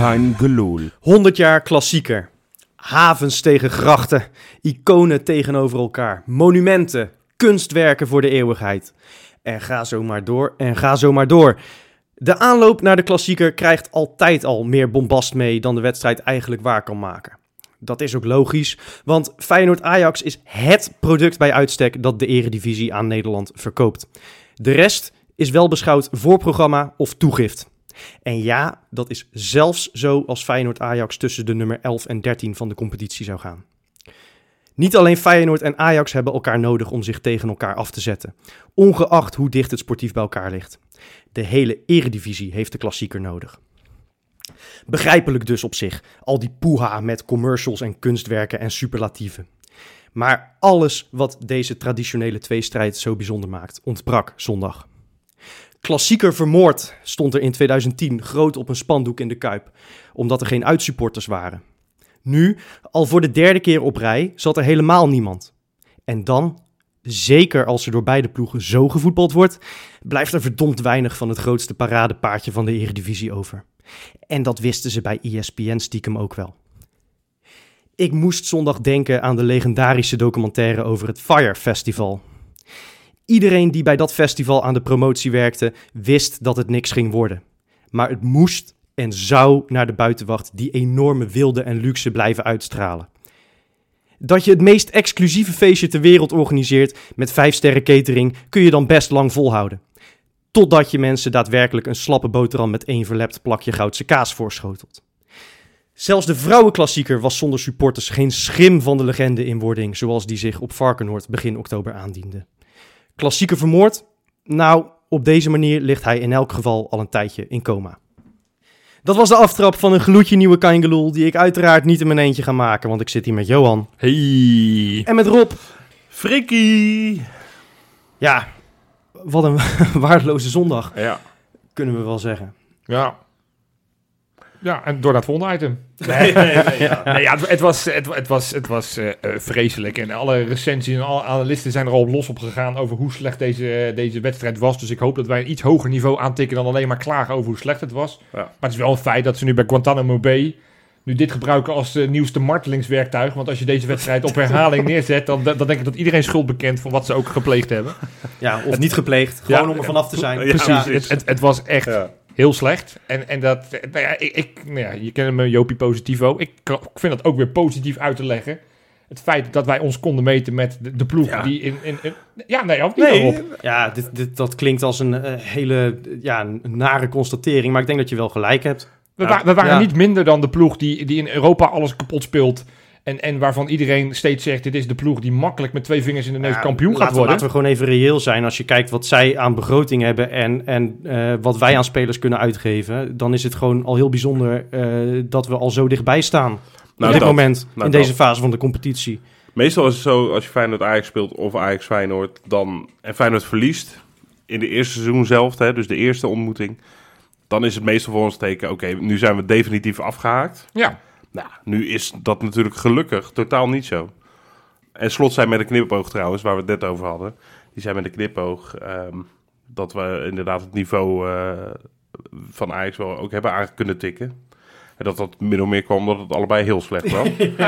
Kein gelul. 100 jaar klassieker. Havens tegen grachten. Iconen tegenover elkaar. Monumenten. Kunstwerken voor de eeuwigheid. En ga zo maar door en ga zo maar door. De aanloop naar de klassieker krijgt altijd al meer bombast mee dan de wedstrijd eigenlijk waar kan maken. Dat is ook logisch, want Feyenoord-Ajax is HET product bij uitstek dat de Eredivisie aan Nederland verkoopt. De rest is wel beschouwd voorprogramma of toegift. En ja, dat is zelfs zo als Feyenoord-Ajax tussen de nummer 11 en 13 van de competitie zou gaan. Niet alleen Feyenoord en Ajax hebben elkaar nodig om zich tegen elkaar af te zetten, ongeacht hoe dicht het sportief bij elkaar ligt. De hele Eredivisie heeft de klassieker nodig. Begrijpelijk dus op zich, al die poeha met commercials en kunstwerken en superlatieven. Maar alles wat deze traditionele tweestrijd zo bijzonder maakt, ontbrak zondag. Klassieker vermoord stond er in 2010 groot op een spandoek in de Kuip, omdat er geen uitsupporters waren. Nu, al voor de derde keer op rij, zat er helemaal niemand. En dan, zeker als er door beide ploegen zo gevoetbald wordt, blijft er verdomd weinig van het grootste paradepaardje van de Eredivisie over. En dat wisten ze bij ESPN stiekem ook wel. Ik moest zondag denken aan de legendarische documentaire over het Fire Festival. Iedereen die bij dat festival aan de promotie werkte, wist dat het niks ging worden. Maar het moest en zou naar de buitenwacht die enorme wilde en luxe blijven uitstralen. Dat je het meest exclusieve feestje ter wereld organiseert met 5-sterren catering kun je dan best lang volhouden. Totdat je mensen daadwerkelijk een slappe boterham met 1 verlept plakje Goudse kaas voorschotelt. Zelfs de vrouwenklassieker was zonder supporters geen schim van de legende in wording, zoals die zich op Varkenoord begin oktober aandiende. Klassieker vermoord? Nou, op deze manier ligt hij in elk geval al een tijdje in coma. Dat was de aftrap van een gloedje nieuwe Kaingeloel, die ik uiteraard niet in mijn eentje ga maken, want ik zit hier met Johan. Hey. En met Rob. Frikkie. Ja, wat een waardeloze zondag, Ja. kunnen we wel zeggen. Ja. Ja, en door naar het volgende item. Nee. Ja. Nee, ja, het was vreselijk. En alle recensies en alle analisten zijn er al los op gegaan over hoe slecht deze wedstrijd was. Dus ik hoop dat wij een iets hoger niveau aantikken dan alleen maar klagen over hoe slecht het was. Ja. Maar het is wel een feit dat ze nu bij Guantanamo Bay nu dit gebruiken als nieuwste martelingswerktuig. Want als je deze wedstrijd op herhaling neerzet, dan denk ik dat iedereen schuld bekent van wat ze ook gepleegd hebben. Ja, of niet gepleegd, gewoon om er vanaf te zijn. Ja, Precies, het was echt... Ja. Heel slecht. En dat, je kent me Jopie Positivo. Ik vind dat ook weer positief uit te leggen. Het feit dat wij ons konden meten met de ploeg die in of niet daarop. Ja, dat klinkt als een hele een nare constatering, maar ik denk dat je wel gelijk hebt. We waren niet minder dan de ploeg die in Europa alles kapot speelt. En waarvan iedereen steeds zegt, dit is de ploeg die makkelijk met 2 vingers in de neus kampioen gaat worden. Laten we gewoon even reëel zijn. Als je kijkt wat zij aan begroting hebben en wat wij aan spelers kunnen uitgeven, dan is het gewoon al heel bijzonder dat we al zo dichtbij staan. Op dit moment, in deze fase van de competitie. Meestal is het zo, als je Feyenoord-Ajax speelt of Ajax-Feyenoord, en Feyenoord verliest in de eerste seizoen zelf, dus de eerste ontmoeting, dan is het meestal voor ons teken, oké, nu zijn we definitief afgehaakt. Ja. Nou, nu is dat natuurlijk gelukkig totaal niet zo. En Slot zei met een knipoog trouwens, waar we het net over hadden. Die zei met een knipoog dat we inderdaad het niveau van Ajax wel ook hebben aan kunnen tikken. En dat min of meer kwam omdat het allebei heel slecht was.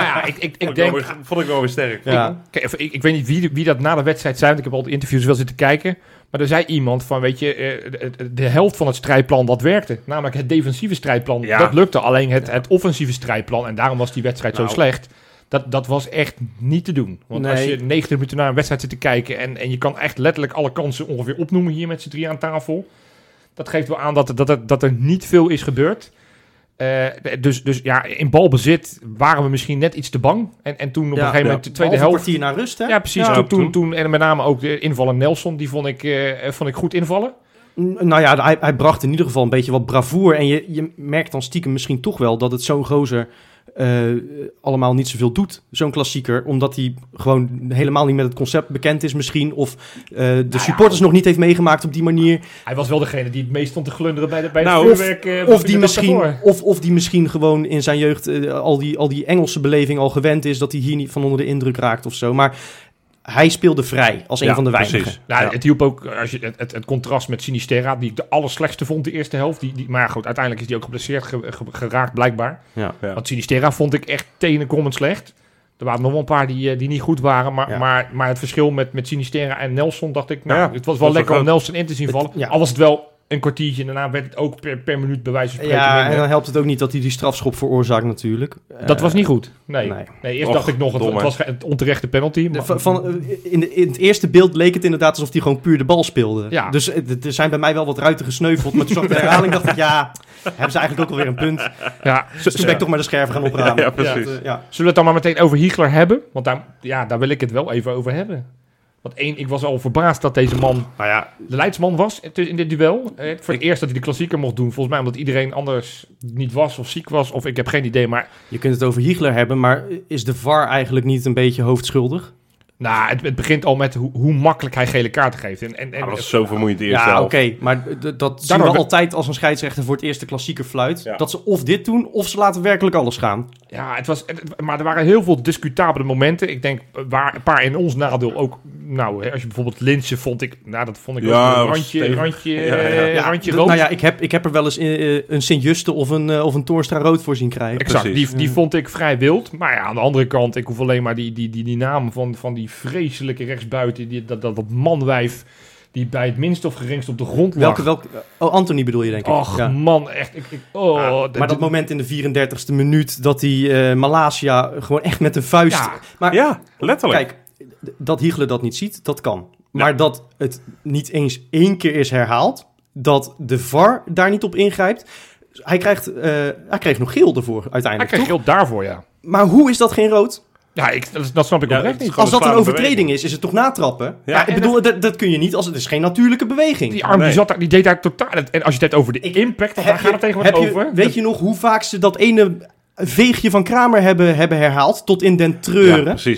Ik denk... Vond ik wel weer sterk. Ja. Kijk, ik weet niet wie dat na de wedstrijd zei, want ik heb al de interviews wel zitten kijken. Maar er zei iemand van, weet je, de helft van het strijdplan, dat werkte. Namelijk het defensieve strijdplan, dat lukte. Alleen het offensieve strijdplan, en daarom was die wedstrijd zo slecht. Dat was echt niet te doen. Want als je 90 minuten naar een wedstrijd zit te kijken en je kan echt letterlijk alle kansen ongeveer opnoemen hier met z'n 3 aan tafel. Dat geeft wel aan dat er niet veel is gebeurd. Dus in balbezit waren we misschien net iets te bang. En toen op een gegeven moment de tweede helft... kwartier naar rust, hè? Ja, precies. Toen en met name ook de invaller Nelson, die vond ik goed invallen. Nou ja, hij bracht in ieder geval een beetje wat bravoure. En je merkt dan stiekem misschien toch wel dat het zo'n gozer allemaal niet zoveel doet, zo'n klassieker. Omdat hij gewoon helemaal niet met het concept bekend is misschien. Of de supporters nog niet heeft meegemaakt op die manier. Hij was wel degene die het meest stond te glunderen bij het vuurwerk. Of die misschien gewoon in zijn jeugd al die Engelse beleving al gewend is. Dat hij hier niet van onder de indruk raakt of zo. Maar hij speelde vrij als een van de weinigen. Precies. Nou, het hielp ook als je het contrast met Sinisterra, die ik de allerslechtste vond de eerste helft. Maar goed, uiteindelijk is die ook geblesseerd geraakt, blijkbaar. Ja. Want Sinisterra vond ik echt tenenkomend slecht. Er waren nog wel een paar die niet goed waren. Maar het verschil met Sinisterra en Nelson, dacht ik... het was wel lekker om Nelson in te zien vallen. Ja. Al was het wel een kwartiertje en daarna werd het ook per minuut bij wijze van spreken minder. En dan helpt het ook niet dat hij die strafschop veroorzaakt natuurlijk. Dat was niet goed. Nee, eerst dacht ik nog, het was een onterechte penalty. In het eerste beeld leek het inderdaad alsof hij gewoon puur de bal speelde. Ja. Dus er zijn bij mij wel wat ruiten gesneuveld. Maar toen zag ik de herhaling, dacht ik, hebben ze eigenlijk ook alweer een punt. Ja. Dus toen ben ik toch maar de scherven gaan opramen. Ja, precies. Zullen we het dan maar meteen over Hiegler hebben? Want daar wil ik het wel even over hebben. Want ik was al verbaasd dat deze man de leidsman was in dit duel. Voor het eerst dat hij de klassieker mocht doen. Volgens mij omdat iedereen anders niet was of ziek was. Of ik heb geen idee, maar... Je kunt het over Hiegler hebben, maar is de VAR eigenlijk niet een beetje hoofdschuldig? Nou, het begint al met hoe makkelijk hij gele kaarten geeft. Dat was zo vermoeiend de eerste helft. Oké, maar dat zien we altijd als een scheidsrechter voor het eerste klassieker fluit. Ja. Dat ze of dit doen, of ze laten werkelijk alles gaan. Ja, maar er waren heel veel discutabele momenten. Ik denk, een paar in ons nadeel ook. Nou, als je bijvoorbeeld Linse vond ik ook een randje rood. Nou ja, ik heb er wel eens een Sint-Juste of een Toornstra rood voor zien krijgen. Exact, die vond ik vrij wild. Maar ja, aan de andere kant, ik hoef alleen maar die naam van die vreselijke rechtsbuiten, dat manwijf die bij het minst of geringst op de grond lag. Welke? Oh, Anthony bedoel je, denk ik. Och, man, echt. Maar dat moment in de 34e minuut dat die Malasia gewoon echt met een vuist... Ja, maar, letterlijk. Kijk, dat Hiegler dat niet ziet, dat kan. Maar dat het niet eens 1 keer is herhaald, dat de VAR daar niet op ingrijpt... Hij kreeg nog geel ervoor uiteindelijk, Hij kreeg geel daarvoor, ja. Maar hoe is dat geen rood? Ja, dat snap ik oprecht niet. Als dat een overtreding is het toch natrappen? Ja, ik bedoel, dat kun je niet als het is geen natuurlijke beweging. Die arm die deed daar totaal... En als je het hebt over de impact, daar gaat het tegenwoordig over. Weet je nog hoe vaak ze dat ene veegje van Kramer hebben herhaald tot in den treuren? Ja, precies,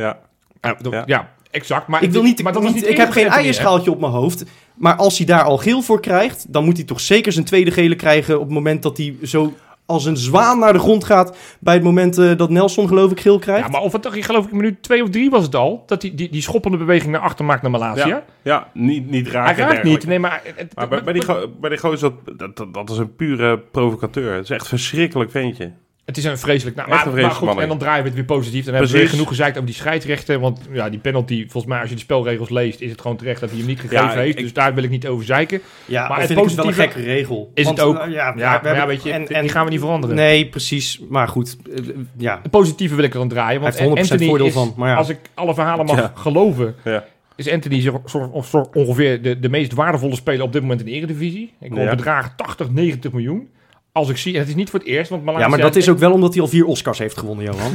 ja, exact. Maar ik heb geen eierschaaltje op mijn hoofd. Maar als hij daar al geel voor krijgt, dan moet hij toch zeker zijn tweede gele krijgen op het moment dat hij zo als een zwaan naar de grond gaat bij het moment dat Nelson geloof ik geel krijgt. Ja, maar of het geloof ik in minuut 2 of 3 was het al, dat die schoppende beweging naar achter maakt naar Malasia. Ja, niet raken. Hij raakt niet, nee, maar... bij die gozer, dat is een pure provocateur. Het is echt een verschrikkelijk ventje. Het is een vreselijk... maar goed, en dan draaien we het weer positief. Dan hebben we weer genoeg gezegd over die scheidsrechter. Want die penalty, volgens mij als je de spelregels leest, is het gewoon terecht dat hij hem niet gegeven heeft. Dus daar wil ik niet over zeiken. Ja, maar het positieve, wel een gekke regel. Is het ook. Weet je, die gaan we niet veranderen. Nee, precies. Maar goed, Het positieve wil ik er dan draaien. Want Anthony voordeel van. Maar als ik alle verhalen mag geloven... Ja. Is Anthony ongeveer de meest waardevolle speler op dit moment in de Eredivisie. Ik hoor bedragen 80, 90 miljoen. Als ik zie, en het is niet voor het eerst. Want maar dat is ook wel omdat hij al 4 Oscars heeft gewonnen, Johan.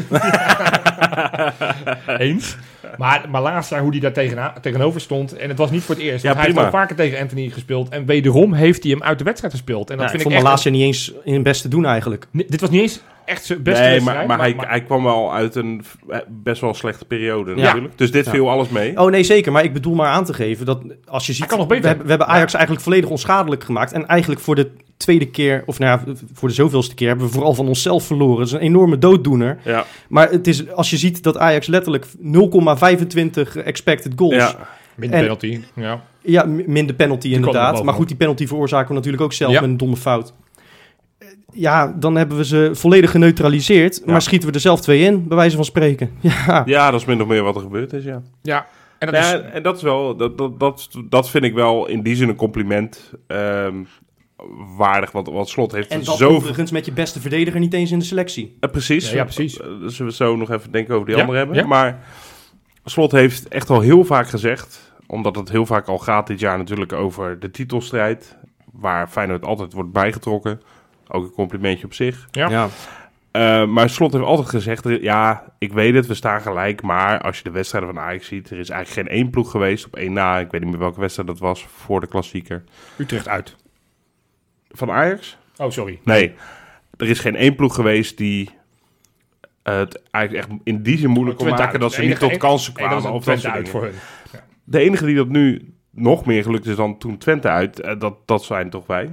Eens. Maar Malasia, hoe hij daar tegenover stond. En het was niet voor het eerst. Want hij heeft al vaker tegen Anthony gespeeld. En wederom heeft hij hem uit de wedstrijd gespeeld. En dat vind ik vond Malasia niet eens in het beste doen eigenlijk. Dit was niet eens echt zijn beste wedstrijd. Maar hij kwam wel uit een best wel slechte periode natuurlijk. Dus dit viel alles mee. Oh nee, zeker. Maar ik bedoel maar aan te geven dat als je ziet... Kan nog beter. We hebben Ajax eigenlijk volledig onschadelijk gemaakt. En eigenlijk voor de tweede keer, of voor de zoveelste keer, hebben we vooral van onszelf verloren. Dat is een enorme dooddoener. Ja. Maar het is, als je ziet dat Ajax letterlijk 0,25 expected goals... Ja. Minder penalty, ja. Ja, minder penalty inderdaad. Maar goed, die penalty veroorzaken we natuurlijk ook zelf met een domme fout. Ja, dan hebben we ze volledig geneutraliseerd. Ja. Maar schieten we er zelf 2 in, bij wijze van spreken. Ja, dat is min of meer wat er gebeurd is, ja. En dat is wel... Dat vind ik wel in die zin een compliment waardig. Want Slot heeft en dat overigens met je beste verdediger niet eens in de selectie. Precies. Ja, precies. Zullen we zo nog even denken over die andere hebben. Ja. Maar Slot heeft echt al heel vaak gezegd... Omdat het heel vaak al gaat dit jaar natuurlijk over de titelstrijd... Waar Feyenoord altijd wordt bijgetrokken... Ook een complimentje op zich. Ja. Maar Slot heeft altijd gezegd... Ja, ik weet het, we staan gelijk. Maar als je de wedstrijden van Ajax ziet... Er is eigenlijk geen 1 ploeg geweest op 1 na. Ik weet niet meer welke wedstrijd dat was voor de klassieker. Utrecht uit. Van Ajax? Oh, sorry. Nee, er is geen 1 ploeg geweest die... het eigenlijk echt in die zin moeilijk kon maken... dat ze niet tot kansen kwamen. Of Twente uit voor hun. De enige die dat nu nog meer gelukt is dan toen Twente uit... dat zijn toch wij.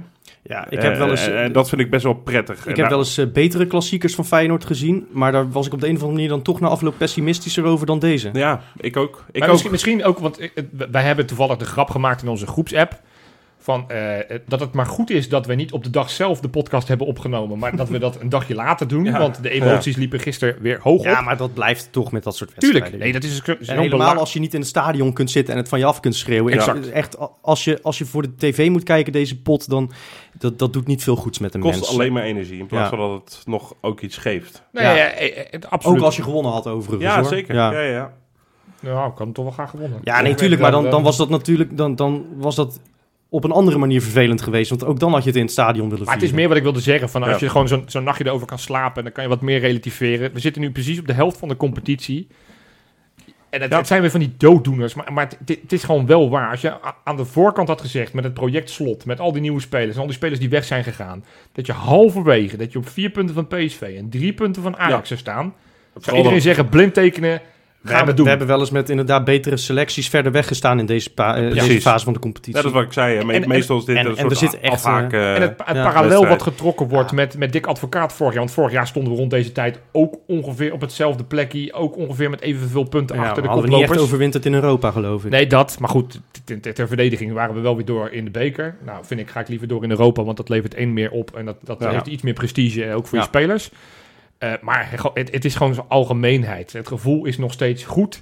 Ja, ik heb wel eens... dat vind ik best wel prettig. Ik heb wel eens betere klassiekers van Feyenoord gezien, maar daar was ik op de een of andere manier dan toch na afloop pessimistischer over dan deze. Ja, ik ook. Misschien ook, want wij hebben toevallig de grap gemaakt in onze groepsapp van dat het maar goed is dat we niet op de dag zelf de podcast hebben opgenomen, maar dat we dat een dagje later doen, want de emoties liepen gisteren weer hoog op. Ja, maar dat blijft toch met dat soort wedstrijden. Tuurlijk, nee, dat is en helemaal als je niet in het stadion kunt zitten en het van je af kunt schreeuwen. Exact. Echt, als je voor de tv moet kijken, deze pot, dan dat doet niet veel goeds met een mens. Het kost alleen maar energie, in plaats van dat het nog ook iets geeft. Absoluut. Ook als je gewonnen had overigens. Ja, hoor. zeker. Ja. Nou, ik had hem toch wel graag gewonnen. Ja, nee, tuurlijk, maar dan was dat natuurlijk... Dan was dat op een andere manier vervelend geweest. Want ook dan had je het in het stadion willen vieren. Maar het is meer wat ik wilde zeggen. Van als je gewoon zo'n nachtje erover kan slapen, dan kan je wat meer relativeren. We zitten nu precies op de helft van de competitie. En het zijn weer van die dooddoeners. Maar het is gewoon wel waar. Als je aan de voorkant had gezegd, met het project Slot, met al die nieuwe spelers en al die spelers die weg zijn gegaan, dat je halverwege, dat je op 4 punten van PSV en 3 punten van Ajax zou staan, zou iedereen zeggen, blind tekenen. We hebben wel eens met inderdaad betere selecties verder weggestaan in deze fase van de competitie. Ja, dat is wat ik zei. Meestal is dit een soort afhaken. En het parallel wat getrokken wordt met Dick Advocaat vorig jaar. Want vorig jaar stonden we rond deze tijd ook ongeveer op hetzelfde plekje. Ook ongeveer met evenveel punten achter de koplopers. Hadden we niet echt overwinterd in Europa, geloof ik. Nee, dat. Maar goed, ter verdediging waren we wel weer door in de beker. Nou, ga ik liever door in Europa, want dat levert één meer op. En dat heeft iets meer prestige, ook voor je spelers. Maar het is gewoon zo'n algemeenheid. Het gevoel is nog steeds goed.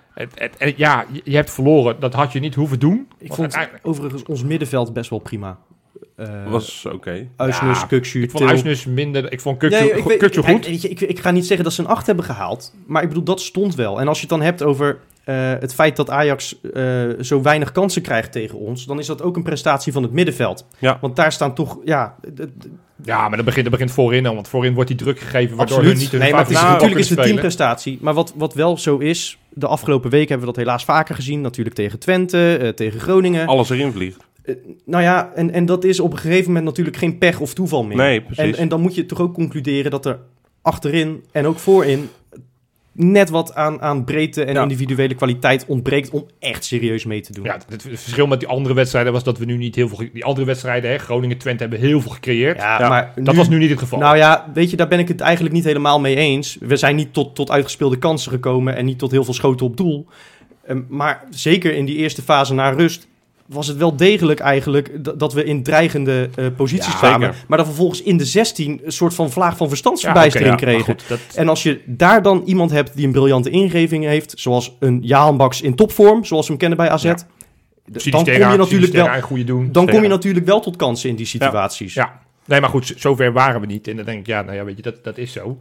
Je hebt verloren. Dat had je niet hoeven doen. Ik vond overigens ons middenveld best wel prima. Was oké. Uisnes, Kukçu, ik vond Uisnes minder. Ik vond Kukçu goed. Ik ga niet zeggen dat ze een 8 hebben gehaald. Maar ik bedoel, dat stond wel. En als je het dan hebt over het feit dat Ajax zo weinig kansen krijgt tegen ons, dan is dat ook een prestatie van het middenveld. Ja. Want daar staan toch... Ja, maar dat begint voorin dan. Want voorin wordt die druk gegeven, waardoor hun niet... Natuurlijk is het een teamprestatie. Maar wat wel zo is, de afgelopen weken hebben we dat helaas vaker gezien. Natuurlijk tegen Twente, tegen Groningen. Alles erin vliegt. En dat is op een gegeven moment natuurlijk geen pech of toeval meer. Nee, precies. En dan moet je toch ook concluderen dat er achterin en ook voorin net wat aan breedte en individuele kwaliteit ontbreekt om echt serieus mee te doen. Ja, het verschil met die andere wedstrijden was dat we nu niet heel veel... Die andere wedstrijden, Groningen, Twente, hebben heel veel gecreëerd. Ja, maar dat was nu niet het geval. Nou ja, weet je, daar ben ik het eigenlijk niet helemaal mee eens. We zijn niet tot uitgespeelde kansen gekomen en niet tot heel veel schoten op doel. Maar zeker in die eerste fase na rust was het wel degelijk eigenlijk dat we in dreigende posities kwamen. Zeker. Maar dan vervolgens in de 16 een soort van vlaag van verstandsverbijstering kregen. Goed, En als je daar dan iemand hebt die een briljante ingeving heeft, zoals een Jaan Baks in topvorm, zoals we hem kennen bij AZ, dan kom je natuurlijk wel tot kansen in die situaties. Ja. Nee, maar goed, zover waren we niet. En dan denk ik, weet je, dat is zo.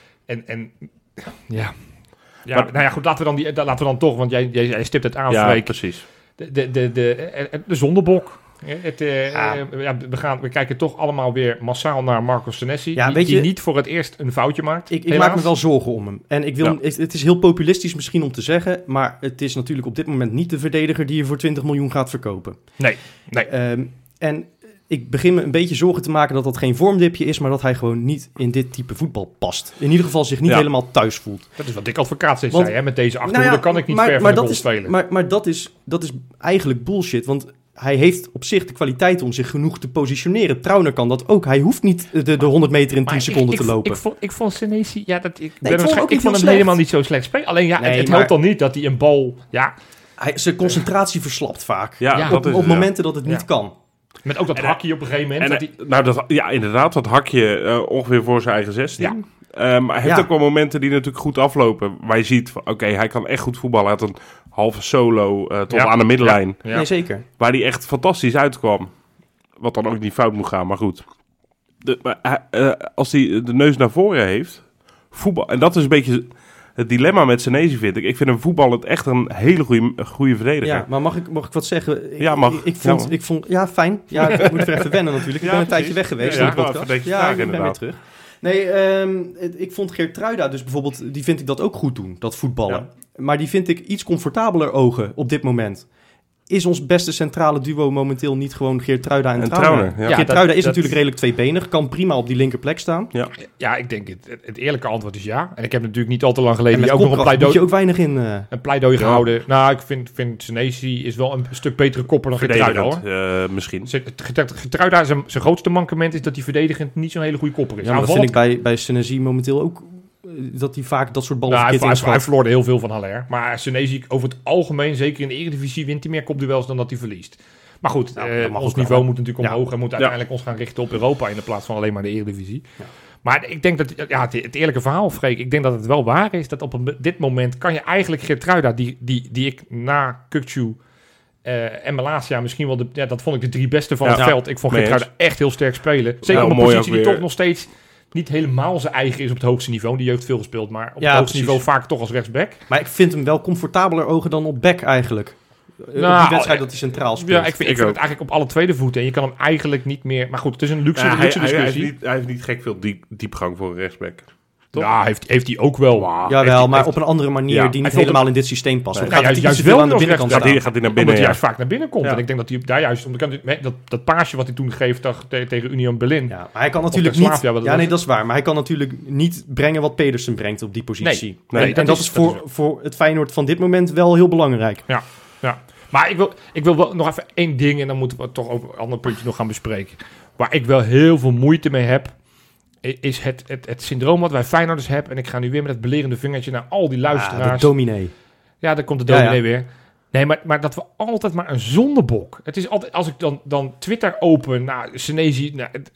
Goed, laten we dan toch, want jij stipt het aan, Freek. Precies. De zondebok. We kijken toch allemaal weer massaal naar Marco Senesi. Die niet voor het eerst een foutje maakt. Ik maak me wel zorgen om hem. En het is heel populistisch misschien om te zeggen, maar het is natuurlijk op dit moment niet de verdediger die je voor 20 miljoen gaat verkopen. Nee. En ik begin me een beetje zorgen te maken dat dat geen vormdipje is, maar dat hij gewoon niet in dit type voetbal past. In ieder geval zich niet helemaal thuis voelt. Dat is wat Dick Advocaat zei, hè? Met deze achterhoede kan ik niet ver van de goal spelen. Maar dat is eigenlijk bullshit, want hij heeft op zich de kwaliteit om zich genoeg te positioneren. Trauner kan dat ook. Hij hoeft niet de 100 meter in 10 seconden te lopen. Ik vond Senesi, ik vond hem helemaal niet zo slecht spelen. Alleen het helpt dan niet dat hij een bal... Zijn concentratie verslapt vaak. Op momenten dat het niet kan. Met ook dat hakje op een gegeven moment. Inderdaad, dat hakje ongeveer voor zijn eigen 16. Ja. Maar hij heeft ook wel momenten die natuurlijk goed aflopen. Waar je ziet, hij kan echt goed voetballen. Hij had een halve solo tot aan de middenlijn. Ja. Nee, zeker. Waar hij echt fantastisch uitkwam. Wat dan ook niet fout moet gaan, maar goed. Als hij de neus naar voren heeft, voetbal. En dat is een beetje het dilemma met Senesi, vind ik. Ik vind hem voetballend echt een hele goede verdediger. Ja, maar mag ik wat zeggen? Ik vond fijn. Ja, ik moet er even wennen natuurlijk. Ik ben een tijdje weg geweest in de podcast. Ik ben weer terug. Nee, ik vond Geertruida dus bijvoorbeeld, die vind ik dat ook goed doen, dat voetballen. Ja. Maar die vind ik iets comfortabeler ogen op dit moment. is ons beste centrale duo momenteel niet gewoon Geertruida en Trauner? Ja. Geertruida is natuurlijk redelijk tweebenig, kan prima op die linkerplek staan. Ja, ik denk het eerlijke antwoord is ja. En ik heb natuurlijk niet al te lang geleden En met ook nog een kopkracht moet je ook weinig in... een pleidooi gehouden. Nou, ik vind Senesi is wel een stuk betere kopper dan Geertruida, hoor. Misschien. Geertruida, zijn grootste mankement is dat hij verdedigend niet zo'n hele goede kopper is. Ja, maar dat vind ik bij Senesi momenteel ook... dat hij vaak dat soort ballen verkeerd hij inschat. verloor heel veel van Haller. Maar Senesi over het algemeen, zeker in de Eredivisie, wint hij meer kopduels dan dat hij verliest. Maar goed, ons niveau moet natuurlijk omhoog en moet uiteindelijk ons gaan richten op Europa in de plaats van alleen maar de Eredivisie. Ja. Maar ik denk dat, het eerlijke verhaal, Freek, ik denk dat het wel waar is dat op dit moment kan je eigenlijk Geertruida, die ik na Kukçu en Malacia misschien wel, dat vond ik de 3 beste van het veld. Ik vond Geertruida echt heel sterk spelen. Zeker op een positie die toch nog steeds niet helemaal zijn eigen is op het hoogste niveau. Die heeft veel gespeeld, maar op het hoogste niveau vaak toch als rechtsback. Maar ik vind hem wel comfortabeler ogen dan op back eigenlijk. Op die wedstrijd dat hij centraal speelt. Ja, ik vind het eigenlijk op alle tweede voeten. En je kan hem eigenlijk niet meer... Maar goed, het is een luxe discussie. Hij heeft niet gek veel diepgang voor een rechtsback. Toch? Ja, heeft hij ook wel. Jawel, maar op een andere manier die niet helemaal in dit systeem past. Dan gaat juist wel aan de binnenkant staan. Gaat hij naar binnen, omdat hij juist vaak naar binnen komt. En ik denk dat hij daar juist... Dat paasje wat hij toen geeft tegen Union Berlin. Ja, maar hij kan natuurlijk niet... dat is waar. Maar hij kan natuurlijk niet brengen wat Pedersen brengt op die positie. Nee, en dat is voor het Feyenoord van dit moment wel heel belangrijk. Ja. Maar ik wil wel nog even één ding... en dan moeten we toch over een ander puntje nog gaan bespreken. Waar ik wel heel veel moeite mee heb... is het syndroom wat wij Feyenoorders hebben... en ik ga nu weer met het belerende vingertje naar al die luisteraars. De dominee. Ja, daar komt de dominee weer. Nee, maar dat we altijd maar een zondebok... Het is altijd, als ik dan Twitter open... Nou, Senesi...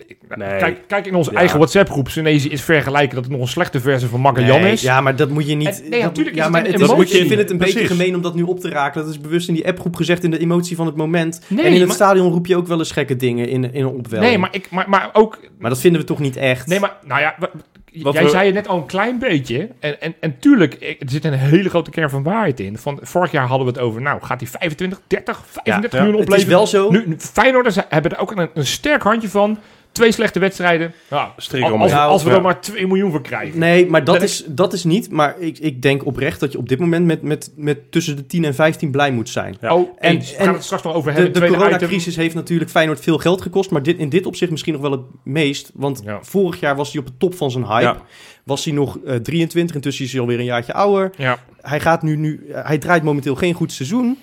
Kijk in onze eigen WhatsApp-groep. Senesi is vergelijken dat het nog een slechte versie van Magajan is. Ja, maar dat moet je niet... natuurlijk ik vind het een beetje gemeen om dat nu op te rakelen. Dat is bewust in die appgroep gezegd in de emotie van het moment. En in het stadion roep je ook wel eens gekke dingen in een opwelling. Nee, maar ook... Maar dat vinden we toch niet echt? Nee, maar nou ja... Jij zei het net al een klein beetje. En tuurlijk, er zit een hele grote kern van waarheid in. Vorig jaar hadden we het over, nou, gaat hij 25, 30, 35 miljoen opleveren? Het is wel zo. Nu, Feyenoorders hebben er ook een sterk handje van. 2 slechte wedstrijden. Ja, als we er maar 2 miljoen voor krijgen. Nee, maar dat is niet. Maar ik denk oprecht dat je op dit moment met tussen de 10 en 15 blij moet zijn. Ja. En we gaan het straks nog over hebben. De coronacrisis heeft natuurlijk Feyenoord veel geld gekost. Maar in dit opzicht misschien nog wel het meest. Want vorig jaar was hij op de top van zijn hype. Ja. Was hij nog 23. Intussen is hij alweer een jaartje ouder. Ja. Hij gaat hij draait momenteel geen goed seizoen.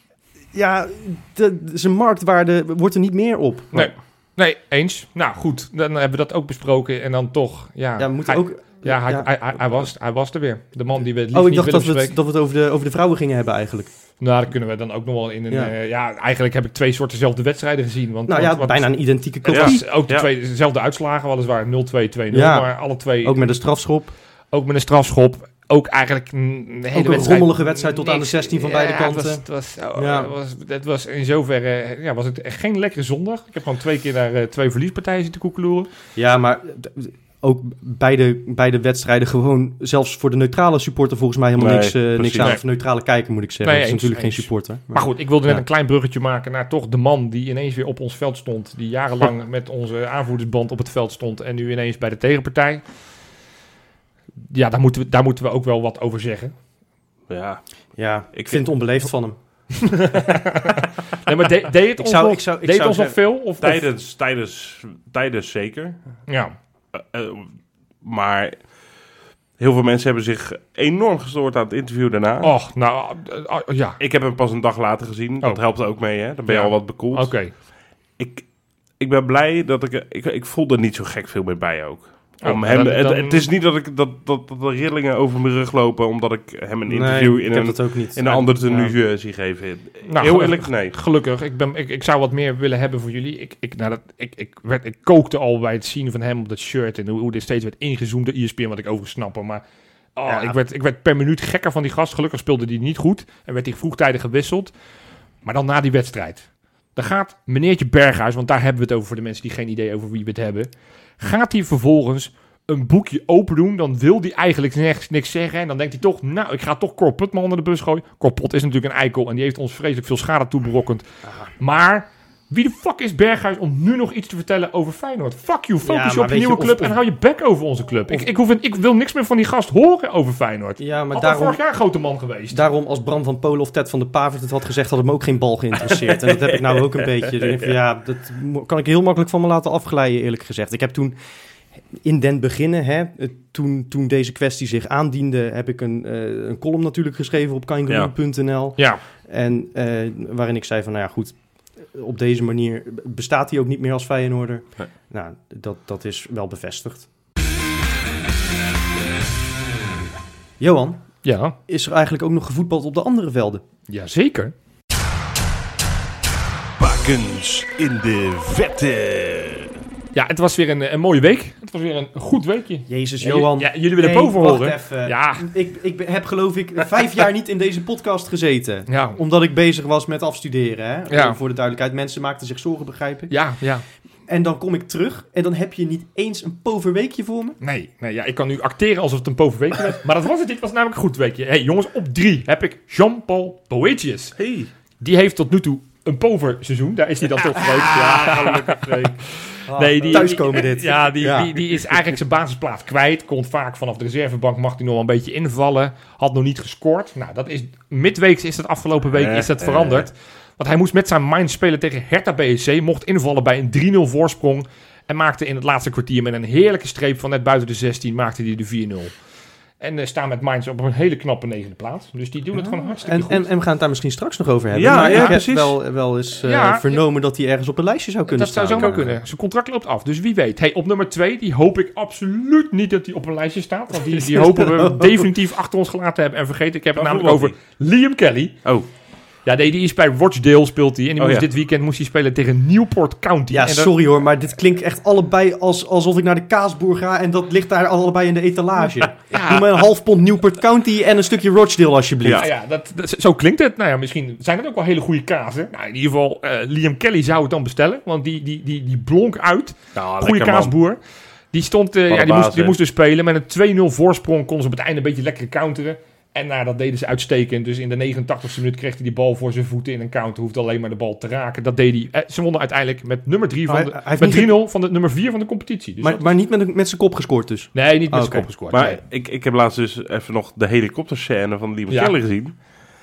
Ja, zijn marktwaarde wordt er niet meer op. Nee, eens. Nou goed, dan hebben we dat ook besproken en dan toch, we moeten ook... Hij was er weer. De man die we het liefst niet willen bespreken. Dat we het over de vrouwen gingen hebben eigenlijk. Nou, dat kunnen we dan ook nog wel in een... eigenlijk heb ik 2 soorten dezelfde wedstrijden gezien. Bijna een identieke kopie. Ja, ook dezelfde uitslagen, weliswaar 0-2, 2-0, maar alle 2... Ook met een strafschop. Ook eigenlijk een hele wedstrijd. Een rommelige wedstrijd tot aan de 16 van beide kanten. Het was in zoverre... was het echt geen lekkere zondag. Ik heb gewoon 2 keer naar 2 verliespartijen zitten koekeloeren. Ja, maar ook beide wedstrijden gewoon... Zelfs voor de neutrale supporter volgens mij helemaal niks aan. Of neutrale kijker moet ik zeggen. Dat is natuurlijk geen supporter. Maar goed, ik wilde net een klein bruggetje maken naar toch de man die ineens weer op ons veld stond. Die jarenlang met onze aanvoerdersband op het veld stond. En nu ineens bij de tegenpartij. Ja, daar moeten we ook wel wat over zeggen. Ja, ik vind het onbeleefd van hem. Nee, maar deed het ons nog veel? Tijdens zeker. Ja. Maar heel veel mensen hebben zich enorm gestoord aan het interview daarna. Ja. Ik heb hem pas een dag later gezien. Dat helpt ook mee, hè? Dan ben je al wat bekoeld. Oké. Ik ben blij dat ik voelde er niet zo gek veel meer bij ook. Het is niet dat de rillingen over mijn rug lopen... omdat ik hem een interview in een andere tenue zie geven. Heel eerlijk, nee. Gelukkig. Ik zou wat meer willen hebben voor jullie. Ik kookte al bij het zien van hem op dat shirt... en hoe dit steeds werd ingezoomd door ESPN... wat ik overigens snap. Maar ik werd per minuut gekker van die gast. Gelukkig speelde hij niet goed... en werd hij vroegtijdig gewisseld. Maar dan na die wedstrijd... dan gaat meneertje Berghuis... want daar hebben we het over voor de mensen die geen idee over wie we het hebben... gaat hij vervolgens een boekje open doen, dan wil hij eigenlijk niks zeggen. En dan denkt hij toch, nou, ik ga toch Cor Putman onder de bus gooien. Cor Pot is natuurlijk een eikel en die heeft ons vreselijk veel schade toeberokkend. Maar Wie de fuck is Berghuis om nu nog iets te vertellen over Feyenoord? Fuck you, focus je op je weet nieuwe club en hou je bek over onze club. Ik wil niks meer van die gast horen over Feyenoord. Ja, maar Had vorig jaar een grote man geweest. Daarom, als Bram van Polen of Ted van de Pavert het had gezegd, had het me ook geen bal geïnteresseerd. En dat heb ik nou ook een beetje. Dat kan ik heel makkelijk van me laten afglijden, eerlijk gezegd. Ik heb toen in den beginnen, toen deze kwestie zich aandiende, heb ik een column natuurlijk geschreven op kangaroo.nl. Ja. En waarin ik zei van, nou ja, goed, op deze manier bestaat hij ook niet meer als Feyenoorder. Nee. Nou, dat is wel bevestigd. Johan, is er eigenlijk ook nog gevoetbald op de andere velden? Jazeker. Bakens in de vette. Ja, het was weer een mooie week. Het was weer een goed weekje. Jezus, Johan. Jullie willen boven horen. Even. Ja. Ik heb geloof ik 5 jaar niet in deze podcast gezeten. Ja. Omdat ik bezig was met afstuderen. Hè? Ja. Voor de duidelijkheid, mensen maakten zich zorgen, begrijp ik. Ja. En dan kom ik terug en dan heb je niet eens een poverweekje voor me? Nee, ik kan nu acteren alsof het een poverweekje was. Maar dat was het niet, het was namelijk een goed weekje. Hey jongens, op 3 heb ik Jean-Paul Boetius. Hey. Die heeft tot nu toe een poverseizoen. Daar is hij dan toch geweest. Ja, gelukkig. Nee, thuiskomen dit. Ja, die is eigenlijk zijn basisplaats kwijt. Komt vaak vanaf de reservebank, mag hij nog wel een beetje invallen. Had nog niet gescoord. Nou, dat is midweeks is dat afgelopen week is dat veranderd. Want hij moest met zijn Mainz spelen tegen Hertha BSC. Mocht invallen bij een 3-0 voorsprong. En maakte in het laatste kwartier met een heerlijke streep van net buiten de 16 maakte hij de 4-0. En staan met Mainz op een hele knappe 9e plaats. Dus die doen het gewoon hartstikke goed. En we gaan het daar misschien straks nog over hebben. Ja, ik precies. heb wel eens vernomen dat hij ergens op een lijstje zou kunnen staan. Dat zou zomaar kunnen. Zijn contract loopt af. Dus wie weet. Hey, op nummer 2, die hoop ik absoluut niet dat hij op een lijstje staat. Want die hopen we definitief achter ons gelaten hebben en vergeten. Ik heb het namelijk over Liam Kelly. Oh. Ja, nee, die is bij Rochdale speelt hij. En die moest dit weekend spelen tegen Newport County. Ja, sorry hoor, maar dit klinkt echt allebei alsof ik naar de kaasboer ga en dat ligt daar allebei in de etalage. Doe me een half pond Newport County en een stukje Rochdale alsjeblieft. Ja, zo klinkt het. Nou ja, misschien zijn het ook wel hele goede kazen. Nou, in ieder geval, Liam Kelly zou het dan bestellen, want die blonk uit. Nou, goede kaasboer. Man. Die stond, die moest dus spelen. Met een 2-0 voorsprong konden ze op het einde een beetje lekker counteren. En dat deden ze uitstekend. Dus in de 89e minuut kreeg hij die bal voor zijn voeten in een counter. Hoefde alleen maar de bal te raken. Dat deed hij. Ze wonnen uiteindelijk met nummer 3 met 3-0 van de nummer 4 van de competitie. Dus maar niet met zijn kop gescoord dus? Nee, niet met zijn kop gescoord. Maar ik heb laatst dus even nog de helikopterscène van Liam Kelly gezien.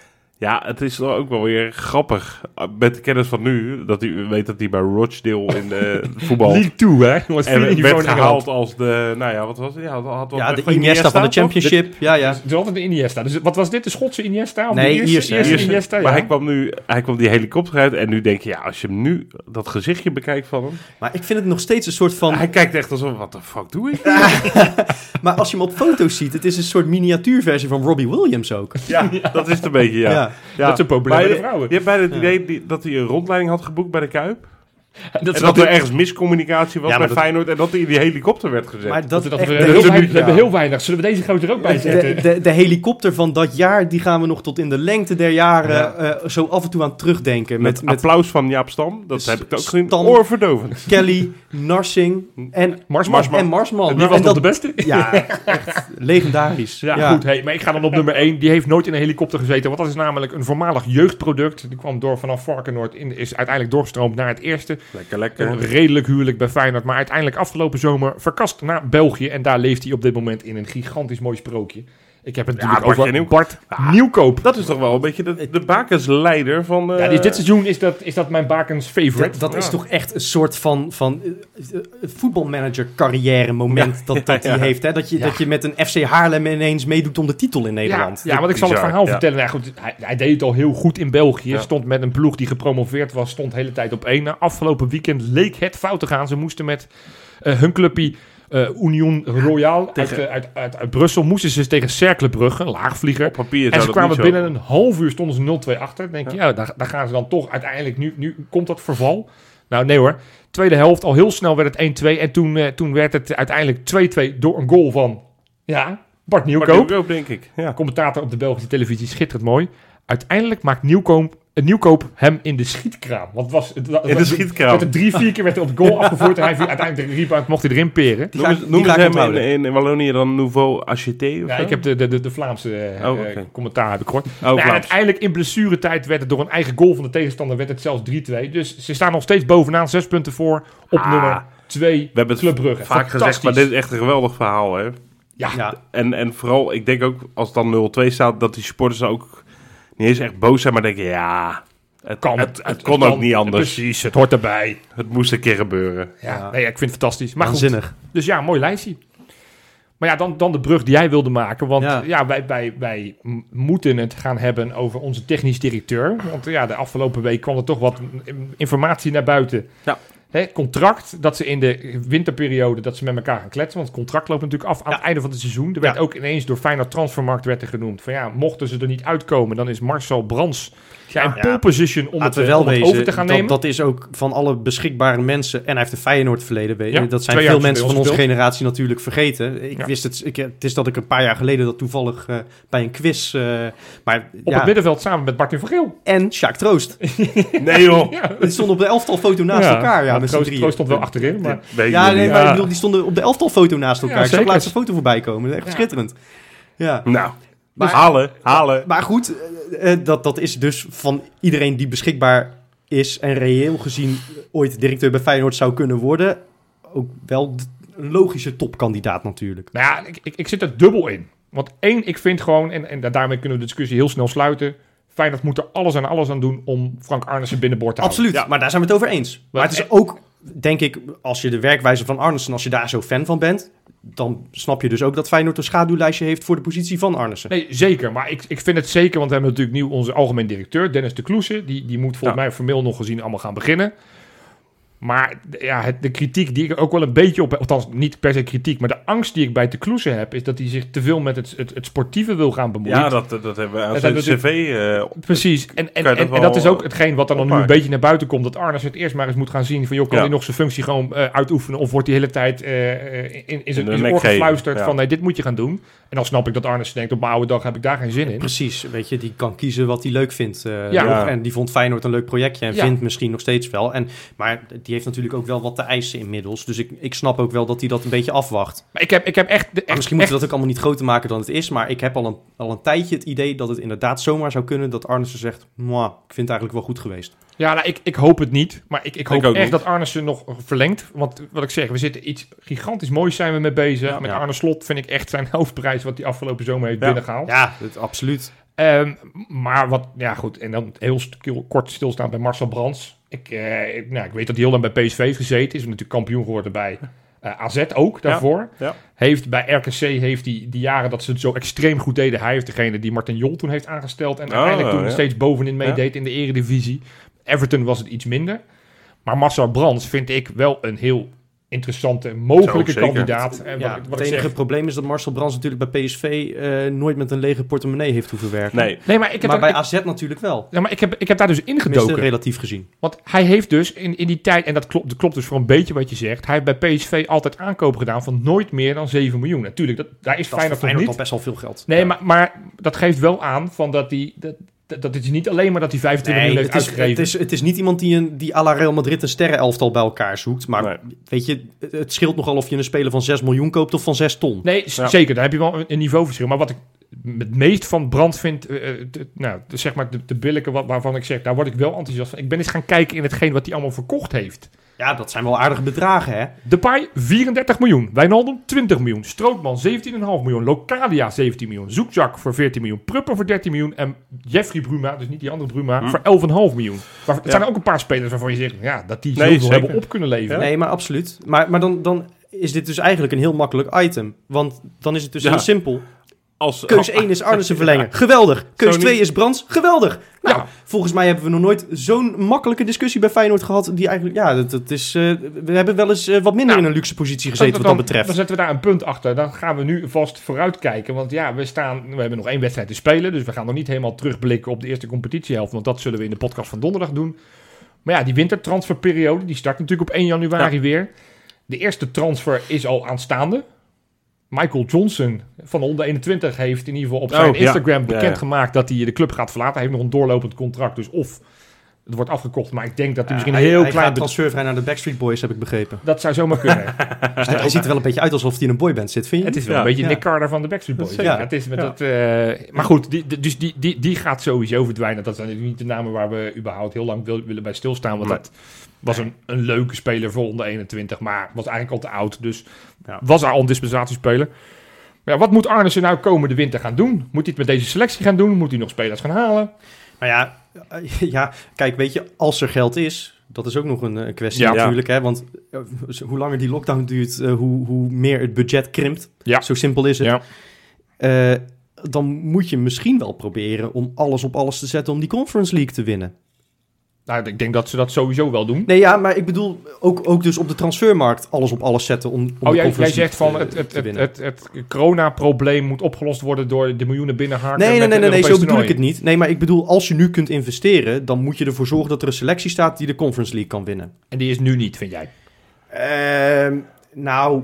Ja, het is toch ook wel weer grappig. Met de kennis van nu, dat hij weet dat hij bij Rochdale in de voetbal... League 2, hè? En werd gehaald als de... Nou ja, wat was het? Ja, de Iniesta van de Championship. Het is altijd de Iniesta. Dus wat was dit? De Schotse Iniesta? Of nee, Ierse Iniesta. Maar hij kwam die helikopter uit en nu denk je... Ja, als je hem nu dat gezichtje bekijkt van hem... Maar ik vind het nog steeds een soort van... Hij kijkt echt alsof... Wat de fuck doe ik? Maar als je hem op foto's ziet... Het is een soort miniatuurversie van Robbie Williams ook. Ja, dat is het een beetje, ja. Dat zijn populair bij de vrouwen. Je hebt bijna het idee dat hij een rondleiding had geboekt bij de Kuip. En dat er ergens miscommunicatie was bij Feyenoord en dat hij in die helikopter werd gezet. Maar we hebben heel weinig. Zullen we deze grote er ook bij zetten? De helikopter van dat jaar, die gaan we nog tot in de lengte der jaren zo af en toe aan terugdenken. Met applaus van Jaap Stam. Dat heb ik ook gezien. Oorverdovend. Kelly, Narsing en Marsman. Die was dat de beste? Ja, echt legendarisch. Ja, goed. Hey, maar ik ga dan op nummer 1. Die heeft nooit in een helikopter gezeten. Want dat is namelijk een voormalig jeugdproduct. Die kwam vanaf Varkenoord. Is uiteindelijk doorgestroomd naar het eerste. Lekker. Een redelijk huwelijk bij Feyenoord. Maar uiteindelijk afgelopen zomer verkast naar België. En daar leeft hij op dit moment in een gigantisch mooi sprookje. Ik heb het natuurlijk over Bart Nieuwkoop. Dat is toch wel een beetje de bakensleider van... dit seizoen is dat mijn bakens favorite. Dat is toch echt een soort van voetbalmanager carrière moment dat hij heeft. Hè? Dat je met een FC Haarlem ineens meedoet om de titel in Nederland. Ja, want ik zal het verhaal vertellen. Nou, goed, hij deed het al heel goed in België. Stond met een ploeg die gepromoveerd was. Stond de hele tijd op 1. Afgelopen weekend leek het fout te gaan. Ze moesten met hun clubje... Union Royale uit Brussel moesten ze tegen Cercle Brugge, laagvlieger. Op papier en ze kwamen binnen een half uur, stonden ze 0-2 achter. Dan denk je, daar gaan ze dan toch uiteindelijk, nu komt dat verval. Nou, nee hoor. Tweede helft, al heel snel werd het 1-2. En toen werd het uiteindelijk 2-2 door een goal van, Bart Nieuwkoop. Denk ik. Ja. Commentator op de Belgische televisie, schitterend mooi. Uiteindelijk maakt Nieuwkoop hem in de schietkraam. Want in de schietkraam. Werd er 3-4 keer werd er op goal afgevoerd en uiteindelijk mocht hij erin peren. Noemen ze hem in Wallonië dan Nouveau Acheté? Ja, ik heb de Vlaamse commentaar heb ik gehoord. Uiteindelijk in blessuretijd werd het door een eigen goal van de tegenstander werd het zelfs 3-2. Dus ze staan nog steeds bovenaan, 6 punten voor op nummer 2 We hebben Club Brugge. het vaak gezegd, maar dit is echt een geweldig verhaal. Hè? Ja. En vooral, ik denk ook als het dan 0-2 staat, dat die supporters ook niet eens echt boos zijn, maar denken, het kon ook niet anders. Precies, het hoort erbij. Het moest een keer gebeuren. Ja. Nee, ik vind het fantastisch. Maar waanzinnig. Goed, dus ja, mooi lijstje. Maar ja, dan de brug die jij wilde maken. Want wij moeten het gaan hebben over onze technisch directeur. Want de afgelopen week kwam er toch wat informatie naar buiten. Ja. Contract, dat ze in de winterperiode dat ze met elkaar gaan kletsen. Want het contract loopt natuurlijk af aan het einde van het seizoen. Er werd ook ineens door Feyenoord Transfermarkt werd er genoemd. Van mochten ze er niet uitkomen, dan is Marcel Brands in pole position om het over te gaan nemen. Dat is ook van alle beschikbare mensen. En hij heeft een Feyenoord verleden. Ja, dat zijn veel mensen van onze generatie natuurlijk vergeten. Ik wist het. Het is dat ik een paar jaar geleden dat toevallig bij een quiz. Op het middenveld samen met Martin van Geel. En Sjaak Troost. Nee joh. Die stonden op de elftalfoto naast elkaar. Ja, met z'n drieën. Troost stond wel achterin. Maar... maar ik bedoel, die stonden op de elftalfoto naast elkaar. Ja, ik zag laatst een foto voorbij komen. Echt schitterend. Ja. Nou. Halen. Maar goed, dat is dus van iedereen die beschikbaar is en reëel gezien ooit directeur bij Feyenoord zou kunnen worden, ook wel een logische topkandidaat natuurlijk. Nou ja, ik zit er dubbel in. Want één, ik vind gewoon, en daarmee kunnen we de discussie heel snel sluiten, Feyenoord moet er alles aan doen om Frank Arnissen binnenboord te houden. Absoluut, maar daar zijn we het over eens. Maar het is ook, denk ik, als je de werkwijze van Arnissen, als je daar zo fan van bent, dan snap je dus ook dat Feyenoord een schaduwlijstje heeft voor de positie van Arnissen. Nee, zeker. Maar ik vind het zeker, want we hebben natuurlijk nieuw onze algemeen directeur, Dennis de Kloese. Die moet volgens mij formeel nog gezien allemaal gaan beginnen. Maar de kritiek die ik ook wel een beetje op... Althans, niet per se kritiek, maar de angst die ik bij de Kloese heb, is dat hij zich te veel met het sportieve wil gaan bemoeien. Ja, dat hebben we aan zijn cv... precies. En dat is ook hetgeen wat dan nu een beetje naar buiten komt. Dat Arnes het eerst maar eens moet gaan zien van, kan hij nog zijn functie gewoon uitoefenen? Of wordt hij de hele tijd in zijn oor gefluisterd van, nee, dit moet je gaan doen. En dan snap ik dat Arnes denkt, op mijn oude dag heb ik daar geen zin in. Precies, weet je, die kan kiezen wat hij leuk vindt. En die vond Feyenoord een leuk projectje en vindt misschien nog steeds wel. Maar die heeft natuurlijk ook wel wat te eisen inmiddels. Dus ik snap ook wel dat hij dat een beetje afwacht. Maar ik heb echt misschien moeten we dat ook allemaal niet groter maken dan het is. Maar ik heb al een tijdje het idee dat het inderdaad zomaar zou kunnen dat Arnissen zegt, ik vind het eigenlijk wel goed geweest. Ja, nou, ik hoop het niet. Maar ik hoop echt niet dat Arnissen nog verlengt. Want wat ik zeg, we zitten iets gigantisch moois zijn we mee bezig. Ja, met Arne Slot vind ik echt zijn hoofdprijs wat hij afgelopen zomer heeft binnengehaald. Ja, absoluut. Maar goed. En dan heel kort stilstaan bij Marcel Brands. Ik weet dat hij heel lang bij PSV heeft gezeten. Is natuurlijk kampioen geworden bij AZ ook daarvoor. Ja. Heeft bij RKC heeft hij die jaren dat ze het zo extreem goed deden. Hij heeft degene die Martin Jol toen heeft aangesteld. En uiteindelijk toen steeds bovenin meedeed in de eredivisie. Everton was het iets minder. Maar Marcel Brands vind ik wel een heel interessante, mogelijke kandidaat. Het enige probleem is dat Marcel Brands natuurlijk bij PSV nooit met een lege portemonnee heeft hoeven werken. Nee, maar bij AZ natuurlijk wel. Ja, maar ik heb daar dus ingedoken. Relatief gezien. Want hij heeft dus in die tijd, en dat klopt dus voor een beetje wat je zegt, hij heeft bij PSV altijd aankopen gedaan van nooit meer dan 7 miljoen. Natuurlijk, daar is Feyenoord nog niet. Al best wel veel geld. Nee, maar dat geeft wel aan van dat hij... Dat is niet alleen maar dat hij 25 miljoen heeft uitgegeven. Het is niet iemand die à la Real Madrid een sterrenelftal bij elkaar zoekt. Maar weet je, het scheelt nogal of je een speler van 6 miljoen koopt of van 6 ton. Nee, zeker. Daar heb je wel een niveauverschil. Maar wat ik het meest van Brandt vind, zeg maar de billijke waarvan ik zeg, daar word ik wel enthousiast van. Ik ben eens gaan kijken in hetgeen wat hij allemaal verkocht heeft. Ja, dat zijn wel aardige bedragen, hè? Depay 34 miljoen. Wijnaldum 20 miljoen. Strootman 17,5 miljoen. Locadia 17 miljoen. Zoekjak voor 14 miljoen. Prupper voor 13 miljoen. En Jeffrey Bruma, dus niet die andere Bruma, voor 11,5 miljoen. Maar het zijn ook een paar spelers waarvan je zegt, dat die zoveel hebben op kunnen leveren. Nee, maar absoluut. Maar dan is dit dus eigenlijk een heel makkelijk item. Want dan is het dus heel simpel. Keus 1 is Arnissen verlengen. Geweldig. Keus 2 is Brands. Geweldig. Nou, volgens mij hebben we nog nooit zo'n makkelijke discussie bij Feyenoord gehad. Die eigenlijk, we hebben wel eens wat minder in een luxe positie gezeten wat dat betreft. Dan zetten we daar een punt achter. Dan gaan we nu vast vooruitkijken. Want we hebben nog 1 wedstrijd te spelen. Dus we gaan nog niet helemaal terugblikken op de eerste competitiehelft. Want dat zullen we in de podcast van donderdag doen. Maar die wintertransferperiode, die start natuurlijk op 1 januari weer. De eerste transfer is al aanstaande. Michael Johnson van de onder 21 heeft in ieder geval op zijn Instagram bekendgemaakt dat hij de club gaat verlaten. Hij heeft nog een doorlopend contract, dus of het wordt afgekocht, maar ik denk dat hij misschien een heel klein... Hij gaat transfervrij naar de Backstreet Boys, heb ik begrepen. Dat zou zomaar kunnen. Hij ziet er wel een beetje uit alsof hij in een boyband zit, vind je? Het is wel een beetje Nick Carter van de Backstreet Boys. Het is met dat, maar goed, die gaat sowieso verdwijnen. Dat zijn niet de namen waar we überhaupt heel lang willen bij stilstaan. Want dat was een leuke speler voor onder 21, maar was eigenlijk al te oud. Dus was al een dispensatiespeler. Maar wat moet Arnissen nou komende winter gaan doen? Moet hij het met deze selectie gaan doen? Moet hij nog spelers gaan halen? Nou ja, kijk, weet je, als er geld is, dat is ook nog een kwestie natuurlijk. Hè? Want hoe langer die lockdown duurt, hoe meer het budget krimpt. Ja. Zo simpel is het. Ja. Dan moet je misschien wel proberen om alles op alles te zetten om die Conference League te winnen. Nou, ik denk dat ze dat sowieso wel doen. Nee, ja, maar ik bedoel ook dus op de transfermarkt alles op alles zetten om de Conference League zegt van het corona-probleem moet opgelost worden door de miljoenen binnenhaken. Nee, zo bedoel ik het niet. Nee, maar ik bedoel, als je nu kunt investeren, dan moet je ervoor zorgen dat er een selectie staat die de Conference League kan winnen. En die is nu niet, vind jij? Nou,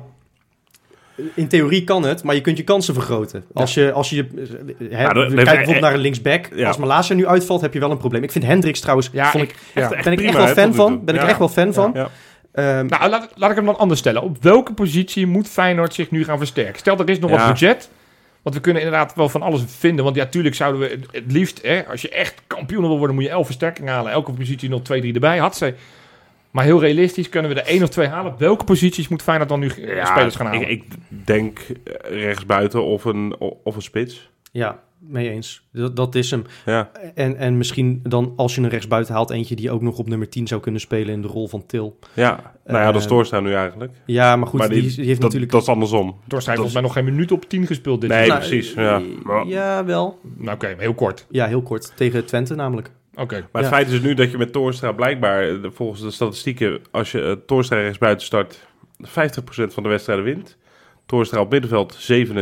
in theorie kan het, maar je kunt je kansen vergroten. Als je kijk bijvoorbeeld naar een linksback. Ja. Als Malacia nu uitvalt, heb je wel een probleem. Ik vind Hendricks trouwens, ben ik echt wel fan van. Ben ik echt wel fan van. Nou, laat ik hem dan anders stellen. Op welke positie moet Feyenoord zich nu gaan versterken? Stel, er is nog wat budget. Want we kunnen inderdaad wel van alles vinden. Want tuurlijk zouden we het liefst, als je echt kampioen wil worden, moet je 11 versterkingen halen. Elke positie nog 2-3 erbij. Maar heel realistisch, kunnen we er 1 of 2 halen? Op welke posities moet Feyenoord dan nu spelers gaan halen? Ik denk rechtsbuiten of een spits. Ja, mee eens. Dat is hem. Ja. En misschien dan, als je een rechtsbuiten haalt, eentje die ook nog op nummer 10 zou kunnen spelen in de rol van Til. Ja, dat is Torstra nu eigenlijk. Ja, maar goed, die heeft natuurlijk... Dat is andersom. Torstra heeft volgens mij nog geen minuut op 10 gespeeld dit jaar. Nee, precies. Ja, wel. Nou, oké, heel kort. Ja, heel kort. Tegen Twente namelijk. Okay. Maar het feit is nu dat je met Torstra blijkbaar, volgens de statistieken, als je Torstra rechtsbuiten start, 50% van de wedstrijden wint. Torstra op middenveld 77%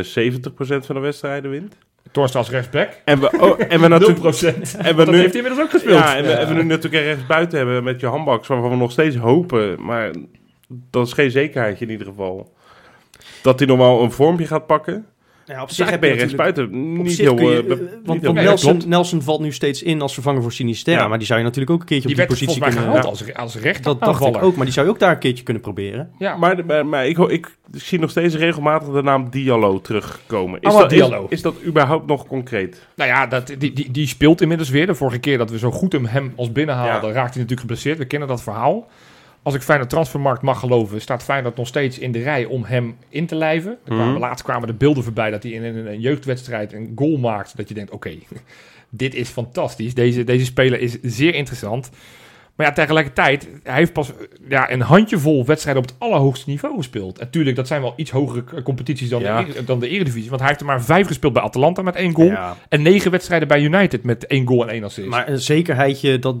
van de wedstrijden wint. Torstra als rechtsback. En we natuurlijk 0%. En dat heeft hij inmiddels ook gespeeld. Ja, en we nu natuurlijk een rechtsbuiten hebben met Johan Baks, waarvan we nog steeds hopen, maar dat is geen zekerheid in ieder geval, dat hij nog wel een vormpje gaat pakken. Ja, op zich heb je rechtsbuiten niet heel... Want Nelson valt nu steeds in als vervanger voor Sinisterra. Maar die zou je natuurlijk ook een keertje op die positie kunnen... Die werd volgens mij gehaald als rechter. Dat dacht ik ook, maar die zou je ook daar een keertje kunnen proberen. Ja. Maar ik zie nog steeds regelmatig de naam Diallo terugkomen. Is dat überhaupt nog concreet? Nou ja, die speelt inmiddels weer. De vorige keer dat we zo goed hem als binnenhaalden, raakte hij natuurlijk geblesseerd. We kennen dat verhaal. Als ik Feyenoord Transfermarkt mag geloven, staat Feyenoord nog steeds in de rij om hem in te lijven. Laatst kwamen de beelden voorbij dat hij in een jeugdwedstrijd een goal maakt. Dat je denkt, oké, dit is fantastisch. Deze speler is zeer interessant. Maar ja, tegelijkertijd, hij heeft pas een handjevol wedstrijden op het allerhoogste niveau gespeeld. En tuurlijk, dat zijn wel iets hogere competities dan de Eredivisie. Want hij heeft er maar 5 gespeeld bij Atalanta met 1 goal. Ja. En 9 wedstrijden bij United met 1 goal en 1 assist. Maar een zekerheidje dat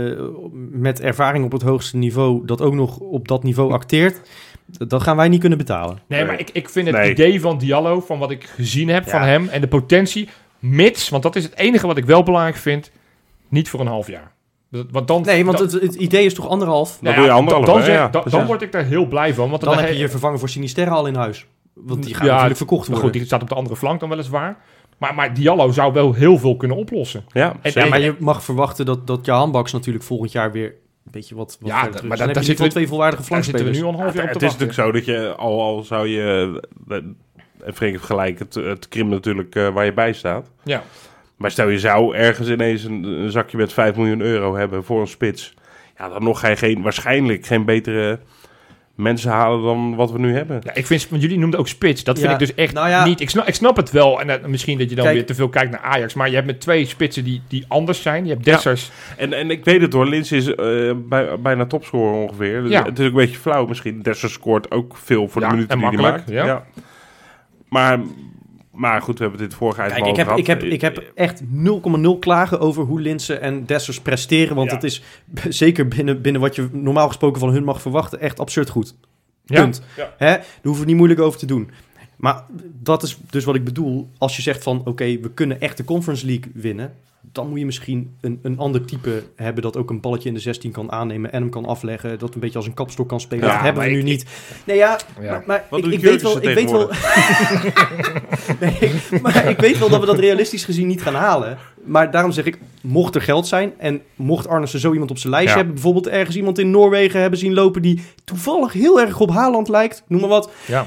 met ervaring op het hoogste niveau, dat ook nog op dat niveau acteert, dat gaan wij niet kunnen betalen. Nee, maar ik vind het idee van Diallo, van wat ik gezien heb van hem en de potentie, mits, want dat is het enige wat ik wel belangrijk vind, niet voor een half jaar. Want het idee is toch 1,5? Dan doe je 1,5. Dan word ik daar heel blij van. Want dan heb je je vervanger voor Sinisterra al in huis. Want die gaat natuurlijk verkocht worden. Goed, die staat op de andere flank dan weliswaar. Maar Diallo zou wel heel veel kunnen oplossen. Ja, maar je mag verwachten dat Johan Baks natuurlijk volgend jaar weer een beetje wat maar daar zitten 2 volwaardige flankspelers. Daar zitten we nu al een half jaar op te wachten. Het is natuurlijk zo dat je, al zou je... En Freek heeft gelijk, het krimpt natuurlijk waar je bij staat. Ja. Maar stel je zou ergens ineens een zakje met 5 miljoen euro hebben voor een spits. Ja, dan nog ga je waarschijnlijk geen betere mensen halen dan wat we nu hebben. Ja, ik vind, want jullie noemden ook spits. Dat vind ik dus echt niet. Ik snap het wel. En misschien dat je dan weer te veel kijkt naar Ajax. Maar je hebt met 2 spitsen die anders zijn. Je hebt Dessers. Ja. En ik weet het hoor. Lins is bijna topscorer ongeveer. Dus het is ook een beetje flauw misschien. Dessers scoort ook veel voor de minuten die hij maakt. Ja. Maar goed, we hebben dit vorige uitzending gehad. Ik heb echt 0,0 klagen over hoe Linssen en Dessers presteren. Want het is zeker binnen wat je normaal gesproken van hun mag verwachten echt absurd goed. Punt. Ja. Daar hoeven we niet moeilijk over te doen. Maar dat is dus wat ik bedoel. Als je zegt van, oké, we kunnen echt de Conference League winnen, dan moet je misschien een ander type hebben dat ook een balletje in de 16 kan aannemen en hem kan afleggen, dat een beetje als een kapstok kan spelen. Dat hebben we nu niet. Nee, maar ik weet wel... maar ik weet wel dat we dat realistisch gezien niet gaan halen. Maar daarom zeg ik, mocht er geld zijn en mocht Arnesen zo iemand op zijn lijstje hebben, bijvoorbeeld ergens iemand in Noorwegen hebben zien lopen die toevallig heel erg op Haaland lijkt, noem maar wat. Ja.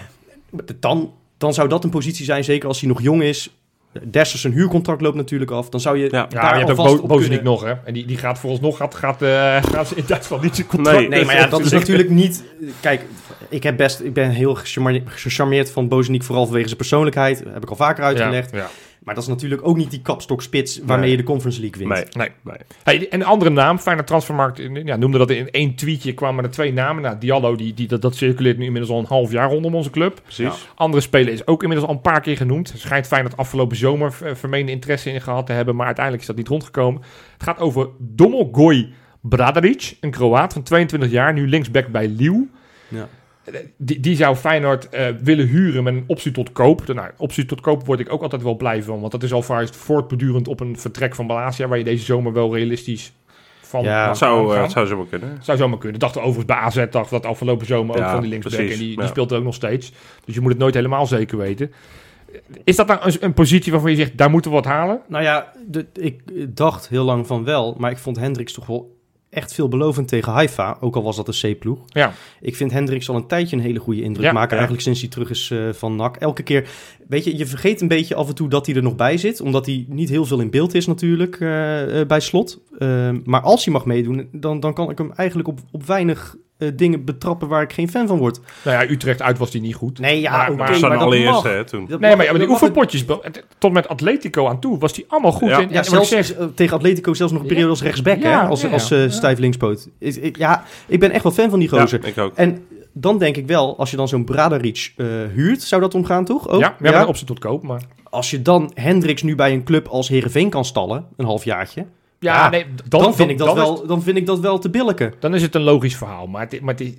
Dan zou dat een positie zijn, zeker als hij nog jong is. Dessers zijn huurcontract loopt natuurlijk af. Dan zou je daar je hebt ook Bozeniek nog, hè? En die gaat vooralsnog gaat in Duitsland niet zijn contract. Nee, maar dat is natuurlijk niet... Kijk, ik ben heel gecharmeerd van Bozeniek, vooral vanwege zijn persoonlijkheid. Dat heb ik al vaker uitgelegd. Ja. Maar dat is natuurlijk ook niet die kapstokspits waarmee je de Conference League wint. Nee. Hey, en een andere naam, Feyenoord Transfermarkt, noemde dat in 1 tweetje, kwamen er 2 namen. Nou, Diallo, dat circuleert nu inmiddels al een half jaar rondom onze club. Precies. Ja. Andere speler is ook inmiddels al een paar keer genoemd. Schijnt Feyenoord afgelopen zomer vermeende interesse in gehad te hebben, maar uiteindelijk is dat niet rondgekomen. Het gaat over Domagoj Bradarić, een Kroaat van 22 jaar, nu linksback bij Lille. Ja. Die zou Feyenoord willen huren met een optie tot koop. Nou, optie tot koop word ik ook altijd wel blij van. Want dat is alvast voortbedurend op een vertrek van Malasia, waar je deze zomer wel realistisch van het zou zomaar kunnen. Zou zomaar kunnen. Dachten overigens bij AZ, dacht dat afgelopen zomer ook van die linksback. Precies, en die speelt er ook nog steeds. Dus je moet het nooit helemaal zeker weten. Is dat nou een positie waarvan je zegt, daar moeten we wat halen? Nou ja, ik dacht heel lang van wel. Maar ik vond Hendricks toch wel echt veelbelovend tegen Haifa, ook al was dat een C-ploeg. Ja. Ik vind Hendricks al een tijdje een hele goede indruk maken, eigenlijk sinds hij terug is van NAC. Elke keer, weet je vergeet een beetje af en toe dat hij er nog bij zit, omdat hij niet heel veel in beeld is natuurlijk bij Slot. Maar als hij mag meedoen, dan kan ik hem eigenlijk op weinig dingen betrappen waar ik geen fan van word. Nou ja, Utrecht uit was die niet goed. Nee, maar dat mag. Toen. Maar die oefenpotjes, tot met Atletico aan toe, was die allemaal goed. Ja, zelfs tegen Atletico zelfs nog een periode als rechtsback, als stijf linkspoot. Ik ben echt wel fan van die gozer. Ja, ik ook. En dan denk ik wel, als je dan zo'n Bradarić huurt, zou dat omgaan, toch? Ook? Ja, we hebben een optie tot koop, maar... Als je dan Hendricks nu bij een club als Heerenveen kan stallen, een halfjaartje... Dan vind ik dat wel te billijken. Dan is het een logisch verhaal. Maar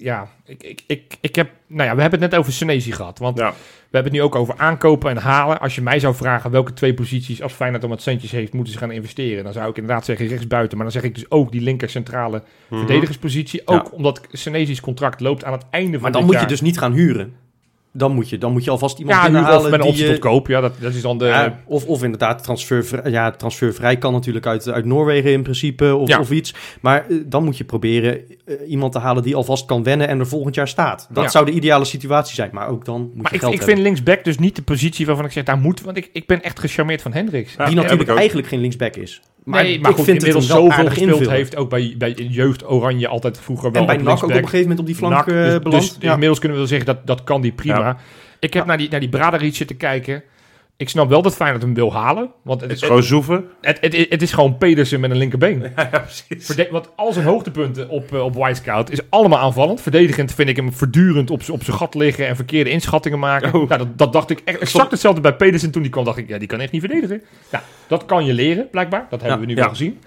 ik heb... Nou ja, we hebben het net over Senesi gehad. Want we hebben het nu ook over aankopen en halen. Als je mij zou vragen welke 2 posities, als Feyenoord om wat centjes heeft, moeten ze gaan investeren. Dan zou ik inderdaad zeggen rechtsbuiten. Maar dan zeg ik dus ook die linker centrale verdedigerspositie. Ook omdat Senesi's contract loopt aan het einde van dit jaar. Maar dan moet je dus niet gaan huren. Dan moet je alvast iemand binnenhalen. Of met een optie tot koop. Ja, dat is dan de... Of inderdaad transfervrij kan natuurlijk uit Noorwegen in principe of iets. Maar dan moet je proberen iemand te halen die alvast kan wennen en er volgend jaar staat. Dat zou de ideale situatie zijn. Maar ook dan moet je geld hebben. Ik vind linksback dus niet de positie waarvan ik zeg, daar moet... Want ik ben echt gecharmeerd van Hendricks. Die natuurlijk eigenlijk geen linksback is. Maar goed, vind inmiddels zoveel gespeeld heeft. Ook bij jeugd Oranje altijd vroeger wel. En bij NAC ook op een gegeven moment op die flank beland. Dus inmiddels kunnen we wel zeggen dat kan die prima. Ja. Ik heb naar die Bradarić zitten kijken. Ik snap wel dat Feyenoord hem wil halen. Want het is gewoon zoeven. Het is gewoon Pedersen met een linkerbeen. Ja, precies. Want al zijn hoogtepunten op Wisecout is allemaal aanvallend. Verdedigend vind ik hem voortdurend op zijn gat liggen en verkeerde inschattingen maken. Oh. Nou, dat dacht ik exact hetzelfde bij Pedersen toen die kwam. Dacht ik, die kan echt niet verdedigen. Nou, dat kan je leren, blijkbaar. Dat hebben we nu wel gezien.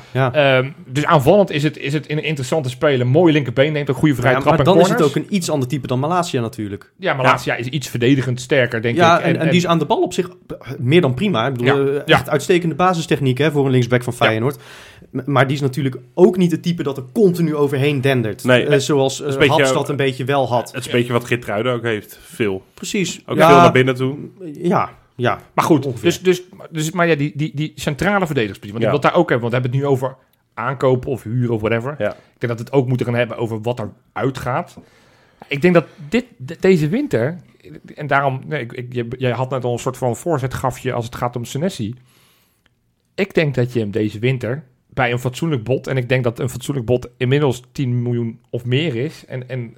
Dus aanvallend is het een interessante speler. Mooi linkerbeen, neemt een goede vrije trap en corners. Dan is het ook een iets ander type dan Malasia natuurlijk. Ja, Malasia is iets verdedigend sterker, denk ik. En die is aan de bal op zich meer dan prima. Ik bedoel, echt uitstekende basistechniek voor een linksback van Feyenoord. Maar die is natuurlijk ook niet het type dat er continu overheen dendert. Nee, zoals Hapstad een beetje wel had. Het is een beetje wat Geertruiden ook heeft. Veel. Precies. Ook veel naar binnen toe. Ja. Maar goed, maar die centrale verdedigerspositie. Want ik wil het daar ook hebben, want we hebben het nu over aankopen of huren of whatever. Ja. Ik denk dat we het ook moeten gaan hebben over wat er uitgaat. Ik denk dat deze winter... En daarom, jij had net al een soort van voorzet gaf je als het gaat om Senesi. Ik denk dat je hem deze winter bij een fatsoenlijk bod, en ik denk dat een fatsoenlijk bod inmiddels 10 miljoen of meer is. En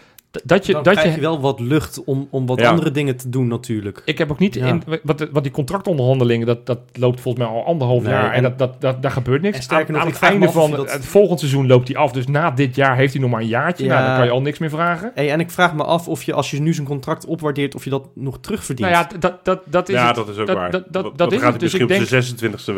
dan krijg je wel wat lucht om wat andere dingen te doen natuurlijk. Ik heb ook niet... Wat die contractonderhandelingen, dat loopt volgens mij al 1,5 jaar. En daar gebeurt niks. En sterker nog, aan het einde van het volgende seizoen loopt hij af. Dus na dit jaar heeft hij nog maar een jaartje. Ja. Nou, dan kan je al niks meer vragen. En ik vraag me af of je, als je nu zijn contract opwaardeert, of je dat nog terugverdient. Nou ja, dat is dat is ook waar. Dat gaat hij misschien op zijn 26e weg.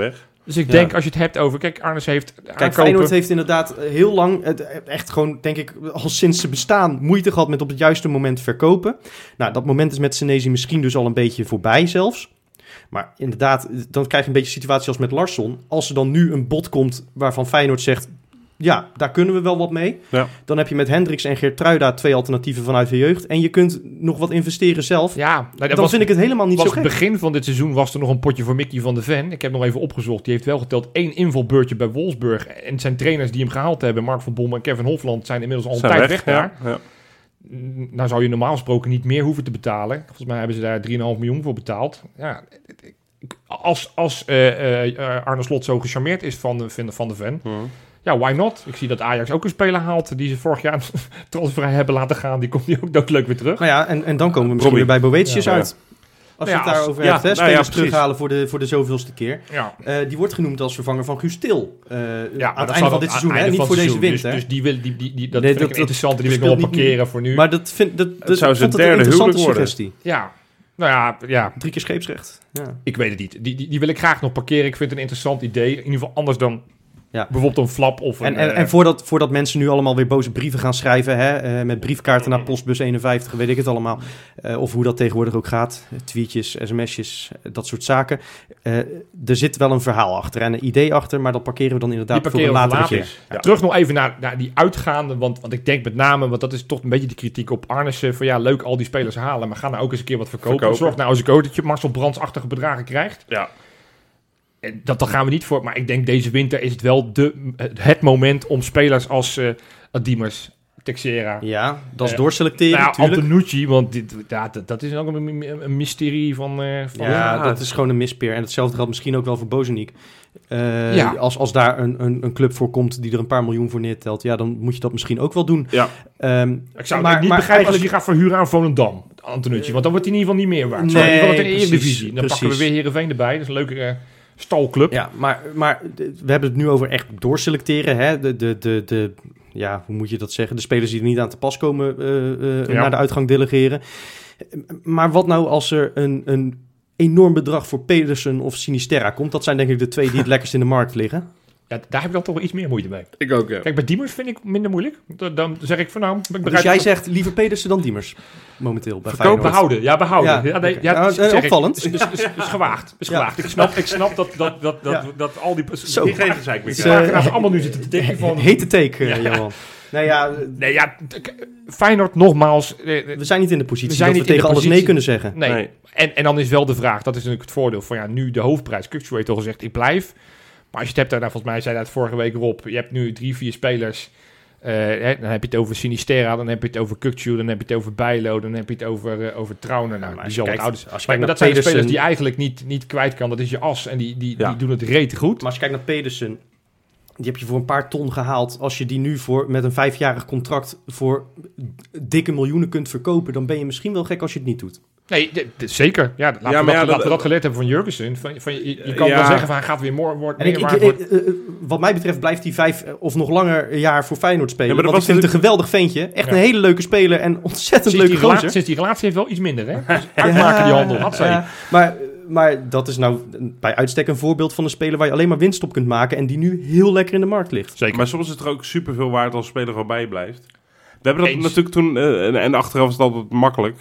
Dus ik denk, als je het hebt over... Kijk, Arnes heeft Feyenoord heeft inderdaad heel lang... echt gewoon, denk ik, al sinds ze bestaan... moeite gehad met op het juiste moment verkopen. Nou, dat moment is met Senesi misschien dus al een beetje voorbij zelfs. Maar inderdaad, dan krijg je een beetje een situatie als met Larsson. Als er dan nu een bod komt waarvan Feyenoord zegt... ja, daar kunnen we wel wat mee. Ja. Dan heb je met Hendricks en Geertruida 2 alternatieven vanuit de jeugd. En je kunt nog wat investeren zelf. Ja, dan vind ik het helemaal niet zo gek. Het begin van dit seizoen was er nog een potje voor Mickey van de Ven. Ik heb nog even opgezocht. Die heeft wel geteld 1 invalbeurtje bij Wolfsburg. En zijn trainers die hem gehaald hebben, Mark van Bommel en Kevin Hofland, zijn inmiddels al een tijd weg daar. Ja. Nou zou je normaal gesproken niet meer hoeven te betalen. Volgens mij hebben ze daar 3,5 miljoen voor betaald. Ja, als Arne Slot zo gecharmeerd is van de Ven... Ja, why not? Ik zie dat Ajax ook een speler haalt die ze vorig jaar transfervrij hebben laten gaan. Die komt nu ook doodleuk weer terug. Nou ja, en dan komen we misschien weer bij Boetius uit. Als je het daarover hebt, hè? Spelers terughalen voor de zoveelste keer. Ja. Die wordt genoemd als vervanger van Guus Til. Aan het einde van dit seizoen, hè? Niet voor deze winter. Dus die wil, dat vind ik interessant. Die wil ik wel parkeren voor nu. Maar dat zou zijn derde huwelijk worden. Suggestie. Ja. Nou ja. 3 keer scheepsrecht. Ja. Ik weet het niet. Die wil ik graag nog parkeren. Ik vind het een interessant idee. In ieder geval anders dan... Ja. Bijvoorbeeld een flap of een... En voordat mensen nu allemaal weer boze brieven gaan schrijven... Hè, met briefkaarten naar postbus 51, weet ik het allemaal... of hoe dat tegenwoordig ook gaat. Tweetjes, sms'jes, dat soort zaken. Er zit wel een verhaal achter en een idee achter... maar dat parkeren we dan inderdaad voor een later keer. Ja. Terug nog even naar die uitgaande... Want ik denk met name, want dat is toch een beetje de kritiek op Arnissen... van ja, leuk al die spelers halen... maar ga nou ook eens een keer wat verkopen. Zorg nou eens ook dat je Marcel Brands-achtige bedragen krijgt... Ja. Dat gaan we niet voor, maar ik denk deze winter is het wel het moment om spelers als Diemers, Texera. Ja, dat is doorselecteren. Antonucci, want dat is ook een mysterie van... dat is gewoon een mispeer. En hetzelfde geldt misschien ook wel voor Bozeniek. Als daar een club voor komt die er een paar miljoen voor neertelt, ja, dan moet je dat misschien ook wel doen. Ja. Ik zou niet begrijpen als je gaat verhuren aan Volendam, Antonucci, want dan wordt hij in ieder geval niet meer waard. Nee, in ieder geval in de Eredivisie. Dan pakken we weer Heerenveen erbij. Dat is een leuke... stalclub. Ja, maar we hebben het nu over echt doorselecteren. Hè? Hoe moet je dat zeggen? De spelers die er niet aan te pas komen naar de uitgang delegeren. Maar wat nou als er een enorm bedrag voor Pedersen of Sinisterra komt? Dat zijn denk ik de 2 die het lekkerst in de markt liggen. Ja, daar heb ik dan toch wel iets meer moeite mee. Ik ook, ja. Kijk, bij Diemers vind ik minder moeilijk. Dan zeg ik van nou... Dus jij zegt liever Pedersen dan Diemers? Momenteel bij Feyenoord. Behouden. Ja, behouden. Opvallend. Is gewaagd. Ik snap dat al die... Zo. Die geven ze meer. Ze allemaal nu zitten te denken van... Hete take, Johan. Feyenoord nogmaals... we zijn niet in de positie dat we tegen alles nee kunnen zeggen. Nee. En dan is wel de vraag, dat is natuurlijk het voordeel van nu de hoofdprijs. Kukçu heeft al gezegd, ik blijf... Maar als je het hebt, volgens mij zei dat vorige week Rob, je hebt nu 3-4 spelers. Dan heb je het over Sinisterra, dan heb je het over Kukçu, dan heb je het over Bijlo, dan heb je het over Trauner. Nou, die zal het ouders. Maar dat zijn de spelers die eigenlijk niet kwijt kan. Dat is je as en die doen het rete goed. Maar als je kijkt naar Pedersen, die heb je voor een paar ton gehaald. Als je die nu met een 5-jarig contract voor dikke miljoenen kunt verkopen, dan ben je misschien wel gek als je het niet doet. Nee, zeker. Ja, laten we dat geleerd hebben van Jurgensen. Je kan wel zeggen van hij gaat weer wat mij betreft blijft hij 5 of nog langer jaar voor Feyenoord spelen. Want ik vind het een geweldig ventje. Echt een hele leuke speler en ontzettend leuke gozer. Sinds die relatie heeft wel iets minder, hè? Dus uitmaken die handel. Maar dat is nou bij uitstek een voorbeeld van een speler waar je alleen maar winst op kunt maken en die nu heel lekker in de markt ligt. Zeker. Maar soms is het er ook superveel waard als een speler gewoon bij blijft. We hebben dat natuurlijk toen, en achteraf is het altijd makkelijk...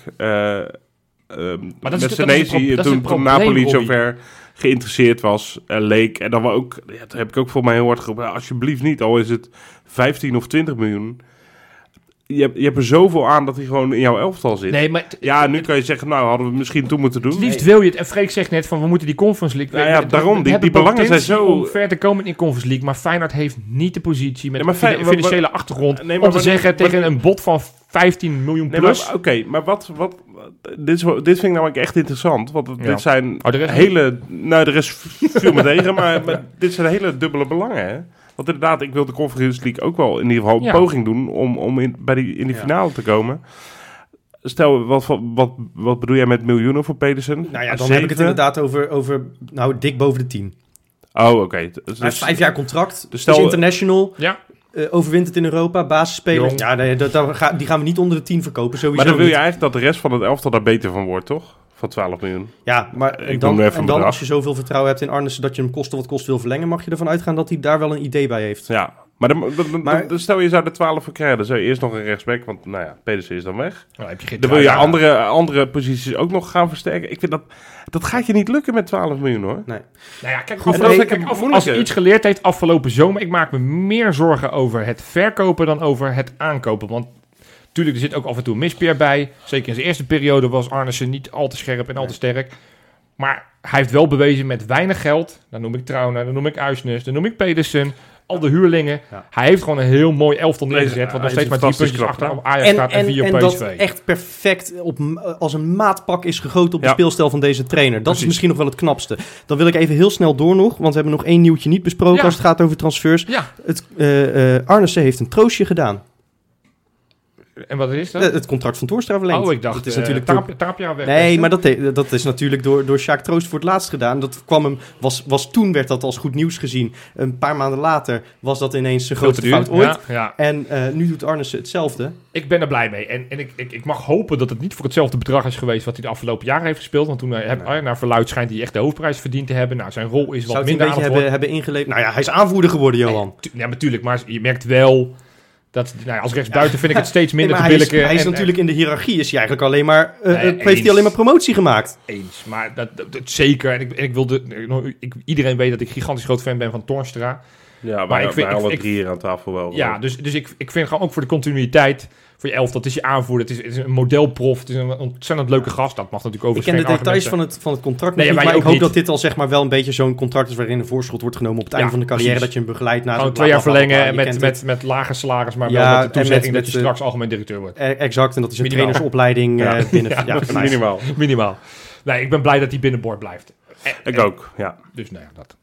maar dat met Senesi, toen Napoli zover geïnteresseerd was, leek. En dan we ook, dat heb ik ook voor mij heel hard geroepen. Alsjeblieft niet, al is het 15 of 20 miljoen. Je hebt er zoveel aan dat hij gewoon in jouw elftal zit. Nee, maar nu kan je zeggen, nou hadden we misschien toen moeten doen. Het liefst wil je het. En Freek zegt net van, we moeten die Conference League... daarom, die belangen zijn zo... om ver te komen in de Conference League. Maar Feyenoord heeft niet de positie met de financiële achtergrond... om te zeggen tegen een bod van 15 miljoen plus... Maar wat dit vind ik namelijk echt interessant. Want dit zijn hele... Nou, de rest viel me tegen, maar dit zijn hele dubbele belangen, hè? Want inderdaad, ik wil de Conference League ook wel in ieder geval een poging doen om in die finale te komen. Stel, wat bedoel jij met miljoenen voor Pedersen? Nou ja, dan heb ik het inderdaad over dik boven de 10. Oh, oké. Dus, hij heeft 5 jaar contract, dus is international. Ja. Overwint het in Europa, basisspeler. Ja, die gaan we niet onder de 10 verkopen, sowieso. Maar dan wil je eigenlijk dat de rest van het elftal daar beter van wordt, toch? van 12 miljoen. Ja, maar Ik noem nu even een bedrag. als je zoveel vertrouwen hebt in Arnissen dat je hem koste wat kost wil verlengen, mag je ervan uitgaan dat hij daar wel een idee bij heeft. Ja, maar stel je zou er 12 voor krijgen, dan zou je eerst nog een rechtsback, want Pedersen is dan weg. Dan heb je geen Dan wil je andere posities ook nog gaan versterken. Ik vind dat gaat je niet lukken met 12 miljoen, hoor. Nee. Nou ja, kijk, als hij iets geleerd heeft afgelopen zomer, ik maak me meer zorgen over het verkopen dan over het aankopen. Want natuurlijk, er zit ook af en toe een mispeer bij. Zeker in zijn eerste periode was Arnissen niet al te scherp en al te sterk. Maar hij heeft wel bewezen met weinig geld. Dan noem ik Trauner, dan noem ik Uisnes, dan noem ik Pedersen. Al de huurlingen. Ja. Hij heeft gewoon een heel mooi elftal neergezet. Wat nog steeds maar 3 puntjes achter op Ajax staat en 4 op PSV. En dat echt perfect als een maatpak is gegoten op de speelstijl van deze trainer. Dat is misschien nog wel het knapste. Dan wil ik even heel snel door nog. Want we hebben nog 1 nieuwtje niet besproken als het gaat over transfers. Ja. Arnissen heeft een troostje gedaan. En wat is dat? Het contract van Toornstra verlengd. Oh, ik dacht, dat is natuurlijk Tapia weg. Nee, maar dat is natuurlijk door Sjaak Troost voor het laatst gedaan. Dat toen werd dat als goed nieuws gezien. Een paar maanden later was dat ineens zijn grootste fout ooit. Ja. En nu doet Arnissen hetzelfde. Ik ben er blij mee. En ik mag hopen dat het niet voor hetzelfde bedrag is geweest wat hij de afgelopen jaren heeft gespeeld. Want toen naar verluid schijnt hij echt de hoofdprijs verdiend te hebben. Nou, zijn rol is wat minder aan het worden. Hebben ingeleverd. Nou ja, hij is aanvoerder geworden, Johan. Ja, natuurlijk. Maar je merkt wel... als rechtsbuiten vind ik het steeds minder te billijken. Hij is natuurlijk in de hiërarchie, is hij eigenlijk alleen maar, heeft hij alleen maar promotie gemaakt. Eens, maar dat zeker. En iedereen weet dat ik gigantisch groot fan ben van Toornstra. Ja, maar ik vind alle 3 hier aan tafel wel. Ja, dus ik vind gewoon ook voor de continuïteit, voor je elftal, dat is je aanvoerder, het is een modelprof, het is een ontzettend leuke gast. Dat mag natuurlijk overigens. Ik ken de details van het contract niet, maar ik hoop dat dit al zeg maar wel een beetje zo'n contract is waarin een voorschot wordt genomen op het einde van de carrière, dat je hem begeleidt naar 2 jaar verlengen met lager salaris, maar wel met de toezegging dat je straks algemeen directeur wordt. Exact, en dat is een trainersopleiding binnen. Minimaal. Nee, ik ben blij dat hij binnenboord blijft. Ik ook, ja. Dus nou ja, dat.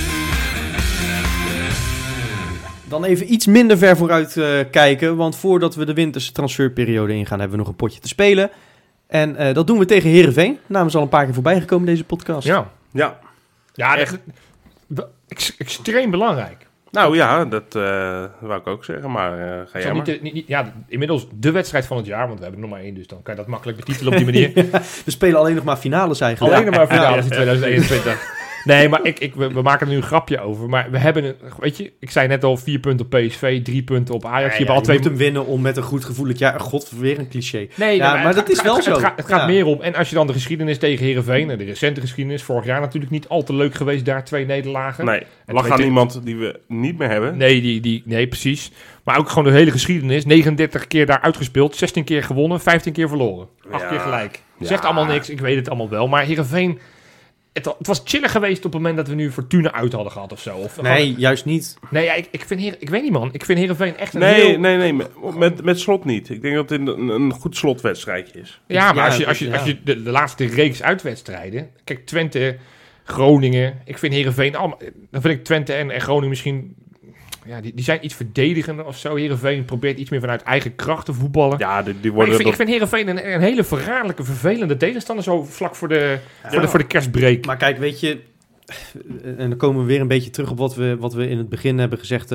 Dan even iets minder ver vooruit kijken. Want voordat we de winterse transferperiode ingaan, hebben we nog een potje te spelen. En dat doen we tegen Heerenveen. Naam is al een paar keer voorbij gekomen deze podcast. Ja, echt extreem belangrijk. Nou ja, dat wou ik ook zeggen, maar ga jij maar. Inmiddels de wedstrijd van het jaar, want we hebben er nog maar 1, dus dan kan je dat makkelijk betitelen op die manier. We spelen alleen nog maar finales eigenlijk. Alleen nog maar finales in 2021. Nee, maar we maken er nu een grapje over. Maar we hebben, ik zei net al 4 punten op PSV, 3 punten op Ajax. Je moet hem winnen om met een goed gevoel het jaar... God, weer een cliché. Nee, maar dat is wel zo. Het gaat meer om. En als je dan de geschiedenis tegen Heerenveen, de recente geschiedenis, vorig jaar natuurlijk niet al te leuk geweest, daar 2 nederlagen. Nee, lag aan iemand die we niet meer hebben. Nee, precies. Maar ook gewoon de hele geschiedenis. 39 keer daar uitgespeeld, 16 keer gewonnen, 15 keer verloren. 8 keer gelijk. Zegt allemaal niks, ik weet het allemaal wel. Maar Heerenveen... Het was chiller geweest op het moment dat we nu Fortuna uit hadden gehad of zo. Juist niet. Nee, ik weet niet, man. Ik vind Heerenveen echt een Nee, met Slot niet. Ik denk dat het een goed slotwedstrijdje is. Ja, maar als je de laatste reeks uitwedstrijden... Kijk, Twente, Groningen... Ik vind Heerenveen... Dan vind ik Twente en Groningen misschien... Ja, die zijn iets verdedigender of zo. Heerenveen probeert iets meer vanuit eigen kracht te voetballen. Ja, die worden... Ik vind Heerenveen een hele verraderlijke, vervelende tegenstander. Zo vlak voor de kerstbreak. Maar kijk, weet je... En dan komen we weer een beetje terug op wat we in het begin hebben gezegd.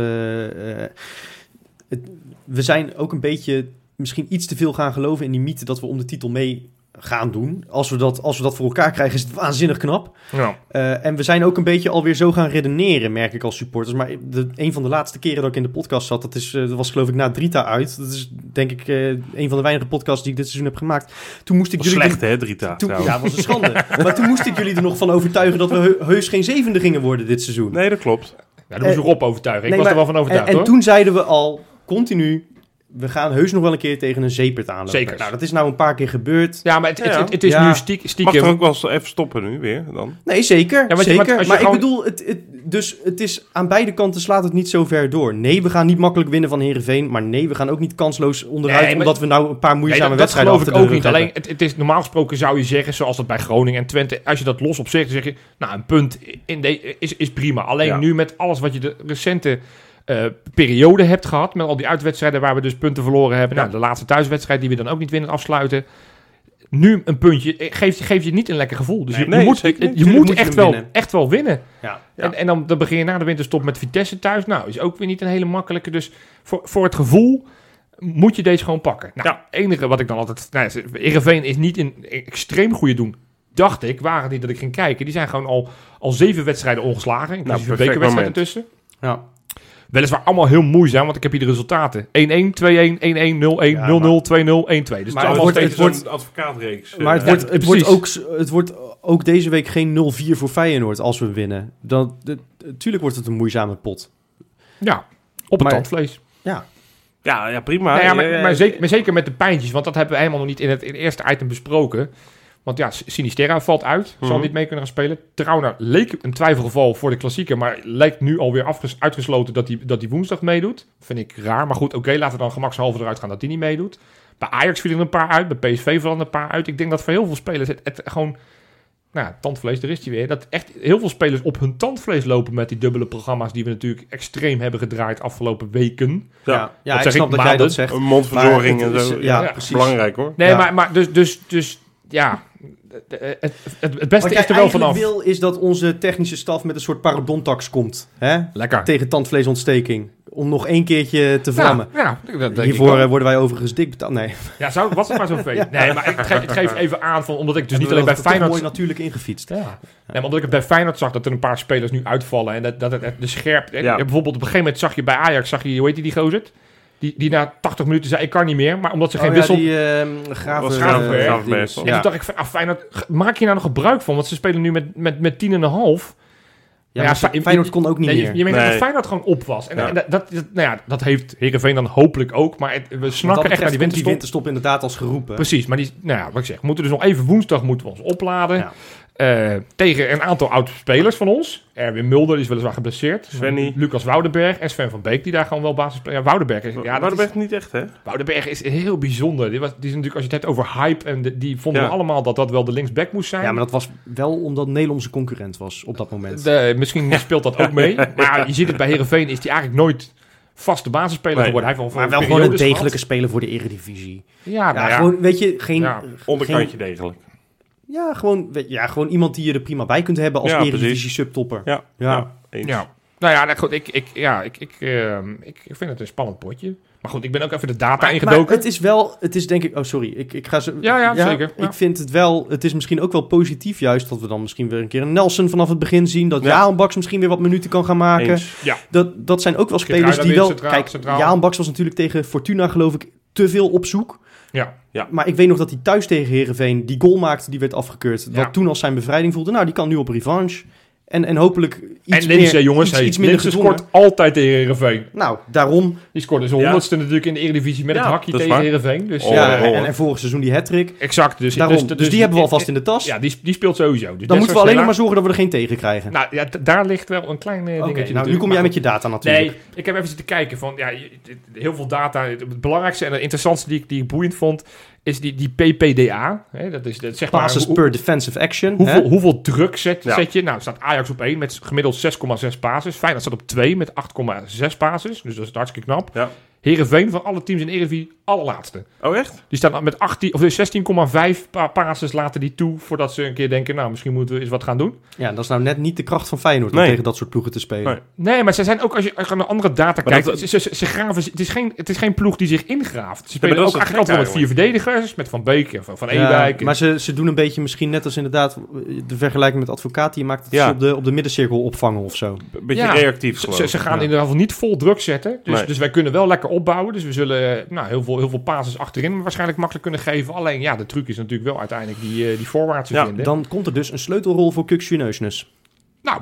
We zijn ook een beetje misschien iets te veel gaan geloven in die mythe dat we om de titel mee gaan doen. Als we dat voor elkaar krijgen, is het waanzinnig knap. Ja. En we zijn ook een beetje alweer zo gaan redeneren, merk ik als supporters. Maar een van de laatste keren dat ik in de podcast zat, dat was geloof ik na Drita uit. Dat is denk ik een van de weinige podcasts die ik dit seizoen heb gemaakt. Toen moest ik jullie... Slecht hè, Drita? Ja, was een schande. Maar toen moest ik jullie er nog van overtuigen dat we heus geen 7e gingen worden dit seizoen. Nee, dat klopt. Ja, daar moest ik Rob overtuigen. Ik was er wel van overtuigd, en toen zeiden we al continu... We gaan heus nog wel een keer tegen een zeepert aanlopen. Zeker. Nou, dat is nou een paar keer gebeurd. Ja, maar het is nu stiekem... Mag er ook wel eens even stoppen nu weer dan? Nee, zeker. Ja, zeker. Maar ik bedoel, het is aan beide kanten slaat het niet zo ver door. Nee, we gaan niet makkelijk winnen van Heerenveen. Maar nee, we gaan ook niet kansloos onderuit. Omdat we nou een paar moeizame wedstrijden achter de rug hebben. Dat geloof ik ook niet. Alleen, het is normaal gesproken zou je zeggen, zoals dat bij Groningen en Twente... Als je dat los op zegt, dan zeg je... Nou, een punt is prima. Alleen nu met alles wat je de recente... periode hebt gehad, met al die uitwedstrijden waar we dus punten verloren hebben. Ja. Nou, de laatste thuiswedstrijd die we dan ook niet winnen afsluiten. Nu een puntje, geeft je niet een lekker gevoel. Dus je moet echt wel winnen. Ja. En dan begin je na de winterstop met Vitesse thuis. Nou, is ook weer niet een hele makkelijke. Dus voor het gevoel moet je deze gewoon pakken. Nou, het enige wat ik dan altijd... Heerenveen is niet een extreem goede doen. dacht ik, waren die dat ik ging kijken. Die zijn gewoon al 7 wedstrijden ongeslagen. Inclusief een bekerwedstrijd ertussen. Ja. Weliswaar allemaal heel moeizaam, want ik heb hier de resultaten. 1-1, 2-1, 1-1, 0-1, 0-0, 2-0, 1-2. Dus maar het wordt een advocaatreeks. Maar het wordt ook deze week geen 0-4 voor Feyenoord als we winnen. Tuurlijk wordt het een moeizame pot. Ja, op het tandvlees. Ja, prima. Nou ja, maar zeker met de pijntjes, want dat hebben we helemaal nog niet in het eerste item besproken. Want ja, Sinisterra valt uit, zal niet mee kunnen gaan spelen. Trauner leek een twijfelgeval voor de klassieker, maar lijkt nu alweer uitgesloten dat hij woensdag meedoet. Vind ik raar, maar goed, oké, laten we dan gemakshalve eruit gaan dat hij niet meedoet. Bij Ajax viel er een paar uit, bij PSV vallen er een paar uit. Ik denk dat voor heel veel spelers het gewoon... Nou, tandvlees, daar is hij weer. Dat echt heel veel spelers op hun tandvlees lopen met die dubbele programma's die we natuurlijk extreem hebben gedraaid afgelopen weken. Ja, ik snap dat jij dat zegt. Een mondverzorging en zo. Ja, precies. Belangrijk hoor. Nee, maar dus ja... Het beste is er wel vanaf. Wat jij wil is dat onze technische staf met een soort parodontax komt. Hè? Lekker. Tegen tandvleesontsteking. Om nog 1 keertje te vlammen. Ja, hiervoor worden wij overigens dik betaald. Nee. Ja, was het maar zo veel. Nee, maar ik geef even aan, omdat ik dus niet alleen bij Feyenoord... mooi natuurlijk ingefietst. Ja. Nee, maar omdat ik het bij Feyenoord zag dat er een paar spelers nu uitvallen. En dat het de scherp... Ja. Bijvoorbeeld op een gegeven moment zag je bij Ajax, hoe heet die gozer? Die na 80 minuten zei, ik kan niet meer. Maar omdat ze geen wissel... Gravenberg. En toen dacht ik van, Feyenoord, maak je nou nog gebruik van? Want ze spelen nu met 10,5. Ja, Feyenoord kon ook niet meer. Je merkt dat Feyenoord gewoon op was. En dat heeft Heerenveen dan hopelijk ook. Maar we snakken echt naar die winterstop. Die winterstop inderdaad als geroepen. Precies, maar wat ik zeg, we moeten dus nog even woensdag moeten we ons opladen. Ja. Tegen een aantal oud-spelers van ons. Erwin Mulder, die is weliswaar geblesseerd. Svenny. Lucas Woudenberg en Sven van Beek, die daar gewoon wel basis spelen. Ja, Woudenberg niet echt, hè? Woudenberg is heel bijzonder. Die is natuurlijk, als je het hebt over hype, en die vonden allemaal dat wel de linksback moest zijn. Ja, maar dat was wel omdat Nederland zijn concurrent was op dat moment. Misschien speelt dat ook mee. Maar je ziet het bij Heerenveen, is die eigenlijk nooit vaste basisspeler geworden. Hij maar wel gewoon een degelijke speler voor de Eredivisie. Gewoon, weet je, geen... onderkantje degelijk. Ja, gewoon iemand die je er prima bij kunt hebben als Eredivisie subtopper. Ja. Nou ja, goed, ik vind het een spannend potje. Maar goed, ik ben ook even de data ingedoken. Maar het is denk ik... Oh, sorry. Ik ga zo... Ja, zeker. Ik vind het wel... Het is misschien ook wel positief juist dat we dan misschien weer een keer een Nelson vanaf het begin zien. Dat Jaan Baks misschien weer wat minuten kan gaan maken. Ja. Dat zijn ook wel spelers die wel... Kijk, Jaan Baks was natuurlijk tegen Fortuna geloof ik te veel op zoek. Ja. Maar ik weet nog dat hij thuis tegen Heerenveen die goal maakte, die werd afgekeurd. Wat toen als zijn bevrijding voelde. Nou, die kan nu op revanche. En hopelijk iets meer... iets minder scoort altijd tegen Heerenveen. Nou, daarom... Die scoorde zijn 100ste natuurlijk in de Eredivisie met het hakje tegen Heerenveen. Dus, en vorig seizoen die hat-trick. Exact. Dus die hebben we alvast in de tas. Ja, die speelt sowieso. Dus dan moeten we alleen nog maar zorgen dat we er geen tegen krijgen. Nou ja, daar ligt wel een klein dingetje. Nou, nu kom jij met je data natuurlijk. Nee, ik heb even zitten kijken van... Ja, heel veel data. Het belangrijkste en het interessantste die ik boeiend vond... is die PPDA. Hè, dat zeg maar... Passes per defensive action. Hoeveel druk zet je? Nou, staat Ajax op 1 met gemiddeld 6,6 passes. Feyenoord staat op 2 met 8,6 passes. Dus dat is hartskikke knap. Ja. Heerenveen van alle teams in de Eredivisie allerlaatste. Oh, echt? Die staan met 16,5 passes laten die toe... voordat ze een keer denken... nou, misschien moeten we eens wat gaan doen. Ja, dat is nou net niet de kracht van Feyenoord... om tegen dat soort ploegen te spelen. Nee, maar ze zijn ook... Als je naar andere data kijkt... Ze graven... Het is geen ploeg die zich ingraaft. Ze spelen ook eigenlijk altijd met 4 verdedigers... met Van Beek en Van Ewijk. Maar ze doen een beetje misschien net als inderdaad... de vergelijking met Advocaat... die maakt het op de middencirkel opvangen of zo. Een beetje reactief ze gaan inderdaad niet vol druk zetten. Dus wij kunnen wel lekker opbouwen. Dus we zullen heel veel passes achterin waarschijnlijk makkelijk kunnen geven. Alleen de truc is natuurlijk wel uiteindelijk die voorwaartse vinden. Dan komt er dus een sleutelrol voor Kukçu Neusnes. Nou,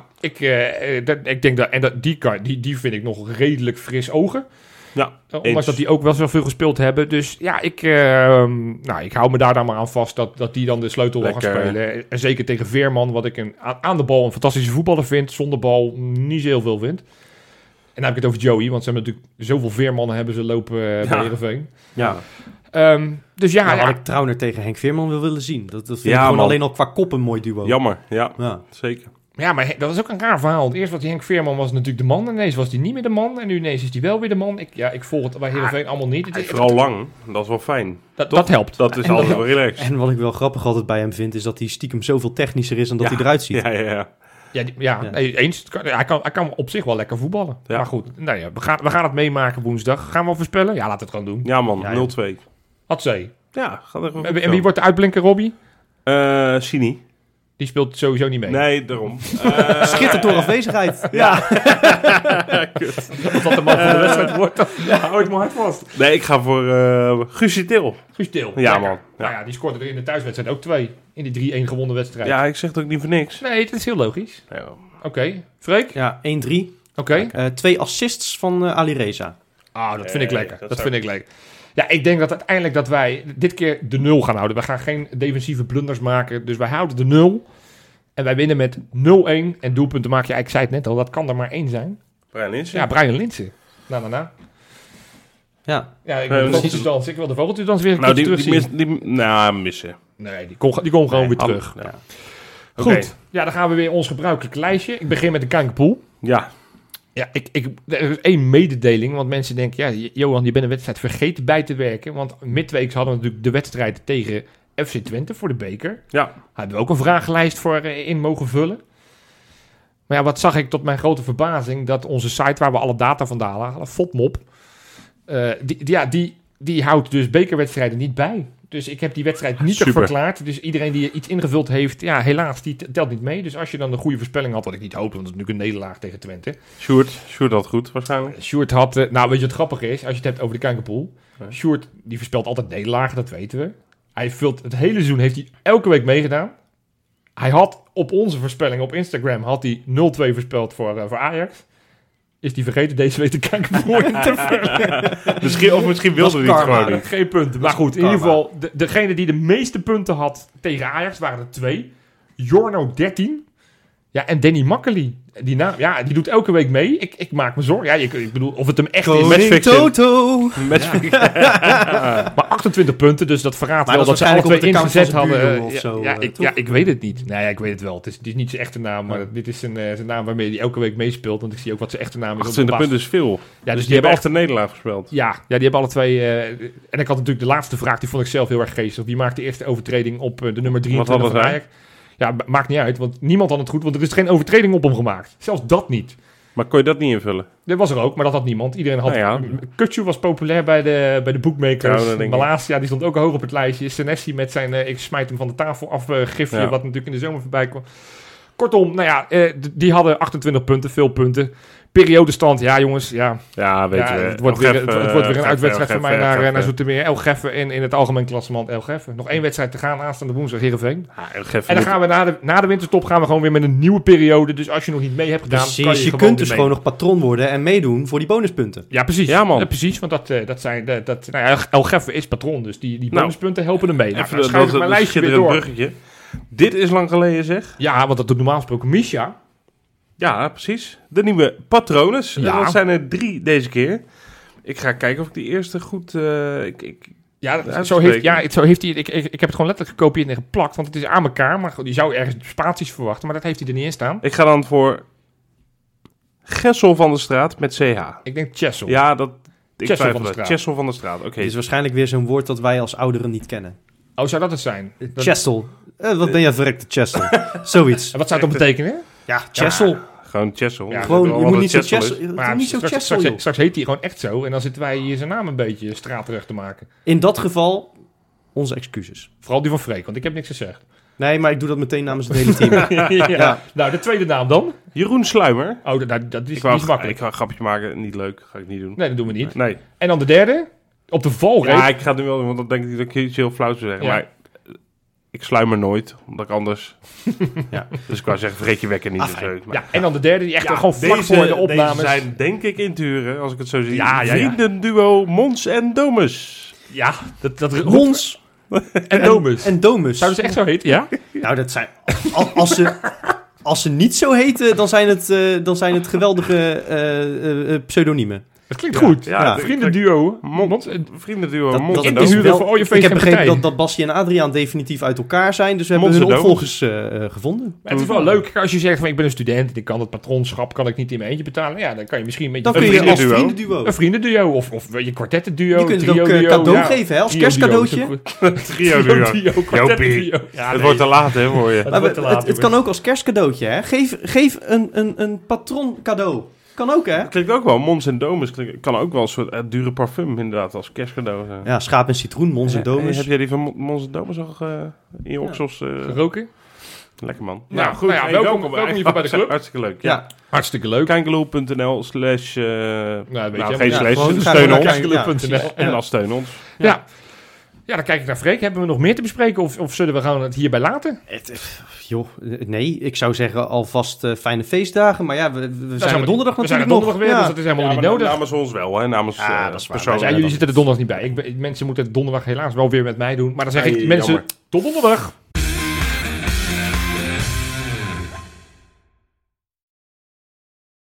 ik denk dat... En die vind ik nog redelijk fris ogen. Ja, ondanks dat die ook wel zoveel gespeeld hebben. Dus ja, ik hou me daar dan maar aan vast dat die dan de sleutel gaan spelen. En zeker tegen Veerman, wat ik aan de bal een fantastische voetballer vind. Zonder bal niet zo heel veel vind. En dan heb ik het over Joey, want ze hebben natuurlijk zoveel Veermannen hebben ze lopen bij Heerenveen. Ja. Dus had ik Trauner tegen Henk Veerman willen zien. Dat vind ik gewoon alleen al qua kop een mooi duo. Jammer, ja. Zeker. Ja, maar dat is ook een raar verhaal. Eerst was die Henk Veerman was natuurlijk de man. En ineens was hij niet meer de man. En nu ineens is hij wel weer de man. Ik volg het bij Heerenveen allemaal niet. Vooral lang. Dat is wel fijn. Dat helpt. Dat is altijd wel relaxed. En wat ik wel grappig altijd bij hem vind... is dat hij stiekem zoveel technischer is dan dat hij eruit ziet. Ja. Eens. Hij kan op zich wel lekker voetballen. Ja. Maar goed, we gaan het meemaken woensdag. Gaan we voorspellen? Ja, laat het gewoon doen. Ja man, 0-2. Hatzee. Ja, gaat er en wie wordt de uitblinker, Robbie? Sini. Die speelt sowieso niet mee. Nee, daarom. Schittert door afwezigheid. Ja. Kut. Of dat de man van de wedstrijd wordt, dan hou ik me hard vast. Nee, ik ga voor Guusje Til. Guus Til. Ja, Lekker. man. Ja. Nou ja, die scoorde er in de thuiswedstrijd ook 2. In die 3-1 gewonnen wedstrijd. Ja, ik zeg het ook niet voor niks. Nee, dat is heel logisch. Ja. Oké. Freek? Ja, 1-3. Oké. 2 assists van Ali Reza. Ah, dat vind ik lekker. Dat zou- vind ik lekker. Ja, ik denk dat uiteindelijk dat wij dit keer de 0 gaan houden. We gaan geen defensieve blunders maken. Dus wij houden de 0. En wij winnen met 0-1. En doelpunten maak je, ik zei het net al, dat kan er maar 1 zijn. Brian Linsen. Ja, Brian Linsen. Ja. Ja, ik wil de vogeltjesdans. Ik wil de vogeltjesdans weer een Nou, keertje terugzien. missen. Nee, die komt gewoon weer terug. Ja. Goed. Oké. Ja, dan gaan we weer ons gebruikelijke lijstje. Ik begin met de Kankerpool. Ja. Ja, er is 1 mededeling, want mensen denken, ja, Johan, je bent een wedstrijd vergeten bij te werken. Want midweeks hadden we natuurlijk de wedstrijd tegen FC Twente voor de beker. Ja. Hadden we ook een vragenlijst voor in mogen vullen. Maar ja, wat zag ik tot mijn grote verbazing, dat onze site waar we alle data vandaan halen, FODMOP, die houdt dus bekerwedstrijden niet bij. Dus ik heb die wedstrijd niet Super. verklaard. Dus iedereen die iets ingevuld heeft, ja, helaas, die telt niet mee. Dus als je dan de goede voorspelling had, wat ik niet hoop, want het is natuurlijk een nederlaag tegen Twente. Sjoerd had goed waarschijnlijk. Sjoerd had, nou weet je wat grappig is, als je het hebt over de Kankerpool. Ja. Sjoerd, die voorspelt altijd nederlagen, dat weten we. Hij vult het hele seizoen, heeft hij elke week meegedaan. Hij had op onze voorspelling op Instagram, had hij 0-2 voorspeld voor Ajax. Is die vergeten deze week de Kankerpool in te vullen. Misschien wilde hij het karma. gewoon niet. Geen punten. Maar goed, in ieder geval, degene die de meeste punten had tegen Ajax waren er 2. Jorno 13. Ja, en Danny Makkely. Die doet elke week mee. Ik maak me zorgen. Ja, ik bedoel, of het hem echt is. Koning matchfixing. Toto. Maar 28 punten, dus dat verraadt Maar wel dat dat is ze alle twee waarschijnlijk op de ingezet account van hadden. zijn buurman of zo, toch? Ik weet het niet. Nee, ik weet het wel. Het is niet zijn echte naam, maar dit is zijn naam waarmee hij elke week meespeelt. Want ik zie ook wat zijn echte naam is. 28 punten is veel. Ja, dus Die hebben echt een nederlaag gespeeld. Ja, die hebben alle twee... en ik had natuurlijk de laatste vraag, die vond ik zelf heel erg geestig. Wie maakt de eerste overtreding op de nummer 23 hadden van zij? Ajax? Ja, maakt niet uit, want niemand had het goed, want er is geen overtreding op hem gemaakt. Zelfs dat niet. Maar kon je dat niet invullen? Dat was er ook, maar dat had niemand. Iedereen had... Nou ja. Kutsu was populair bij de bookmakers. Ja, dat denk ik. Malasia, die stond ook hoog op het lijstje. Senesi met zijn ik smijt hem van de tafel af gifje, Ja. wat natuurlijk in de zomer voorbij kwam. Kortom, nou ja, die hadden 28 punten, veel punten. Periodestand, ja jongens, ja. Ja, weet je. Het wordt weer een uitwedstrijd voor mij naar Zoetermeer. El Geffe in het algemeen klassement El Geffe. Nog 1 wedstrijd te gaan aanstaande woensdag, Heerenveen. En dan gaan we na de winterstop gaan we gewoon weer met een nieuwe periode. Dus als je nog niet mee hebt gedaan, Precies, kan je gewoon kunt dus weer gewoon mee. nog patroon worden en meedoen voor die bonuspunten. Ja, precies. Ja, man. Precies, want El Geffe is patroon, dus die bonuspunten helpen er mee. Nou, Even dan schuif ik mijn lijstje weer door. bruggetje. Dit is lang geleden, zeg. Ja, want dat doet normaal gesproken Misha. Ja, precies. De nieuwe patronen. Ja. Dat zijn er 3 deze keer. Ik ga kijken of ik die eerste goed... Ja, zo heeft hij. Ik heb het gewoon letterlijk gekopieerd en geplakt, want het is aan elkaar. Maar je zou ergens spaties verwachten, maar dat heeft hij er niet in staan. Ik ga dan voor Gessel van der Straat met CH. Ik denk Chessel. Ja, dat... Chessel twijfel van der het. Straat. Chessel van der Straat, oké. Het is waarschijnlijk weer zo'n woord dat wij als ouderen niet kennen. Oh, zou dat het zijn? Chessel. Wat ben jij verrekte Chessel? Zoiets. En wat zou het dan betekenen? Ja, Chessel. Gewoon Chessel. Ja, Gewoon, je moet niet zo Chessel is. Chessel. Maar Niet zo Chessel, joh. straks heet hij gewoon echt zo. En dan zitten wij hier zijn naam een beetje straatterug te maken. In dat geval, onze excuses. Vooral die van Freek, want ik heb niks gezegd. Nee, maar ik doe dat meteen namens het hele team. Ja. Nou, de tweede naam dan? Jeroen Sluimer. Oh, dat is Ik wou makkelijk. ik ga een grapje maken. Niet leuk. Ga ik niet doen. Nee, dat doen we niet. Nee. En dan de derde? Op de valreep. Ja, ik ga het nu wel doen, want dan denk ik dat ik iets heel flauws zou zeggen. Ja. Maar ik sluimer nooit, omdat ik anders... Ja. Dus ik wou zeggen, vergeet je wekker niet. of zo. Maar- Ja, en dan de derde, die echt Ja, gewoon vlak voor de opnames. Deze zijn denk ik in te huren, als ik het zo zie. Ja. Vriendenduo Mons en Domus. Ja, dat Mons en Domus. en Domus. Zouden ze echt zo heten, ja? Nou, dat zijn... Als ze niet zo heten, dan zijn het geweldige pseudoniemen. Dat klinkt goed. Ja, Vriendenduo. Vriendenduo Dat- Mons dat en in te is Domus. huren voor al je feest Ik heb en begrepen partijen. dat Basje en Adriaan definitief uit elkaar zijn. Dus we hebben Mons hun en opvolgers gevonden. Maar het is wel leuk als je zegt van ik ben een student en ik kan het patronschap kan ik niet in mijn eentje betalen. Ja, dan kan je misschien een beetje Dan kun je als vriendenduo. vriendenduo. een vriendenduo of je kwartettenduo. Je kunt het ook trio-duo, cadeau ja. geven, hè, als Trio-duo, kerstcadeautje. Trio-duo. Trio-duo, kwartettenduo. Ja, Het nee. wordt te laat, hè, voor je. Het Maar wordt te laat, het kan ook als kerstcadeautje, hè. Geef een patron cadeau. Kan ook, hè. Klinkt ook wel, Mons en Domus kan ook wel een soort dure parfum inderdaad, als kerstcadeau. Ja, schaap en citroen, Mons en Domus. Heb jij die van Mons en Domus al in je oksels? Geroken? Lekker man. Nou, goed. Welkom hier bij de club. Hartstikke leuk. Ja. Hartstikke leuk. Kangaloo.nl / geen steun ons. En als steun ons. Ja. Ja, dan kijk ik naar Freek. Hebben we nog meer te bespreken of zullen we gewoon het hierbij laten? Nee, ik zou zeggen alvast fijne feestdagen. Maar ja, we zijn er donderdag natuurlijk nog. Donderdag weer, dus dat is helemaal niet nodig. Namens ons wel, hè. Namens dat is waar. Jullie zitten er donderdag niet bij. Mensen moeten het donderdag helaas wel weer met mij doen. Maar dan zeg ik mensen, tot donderdag.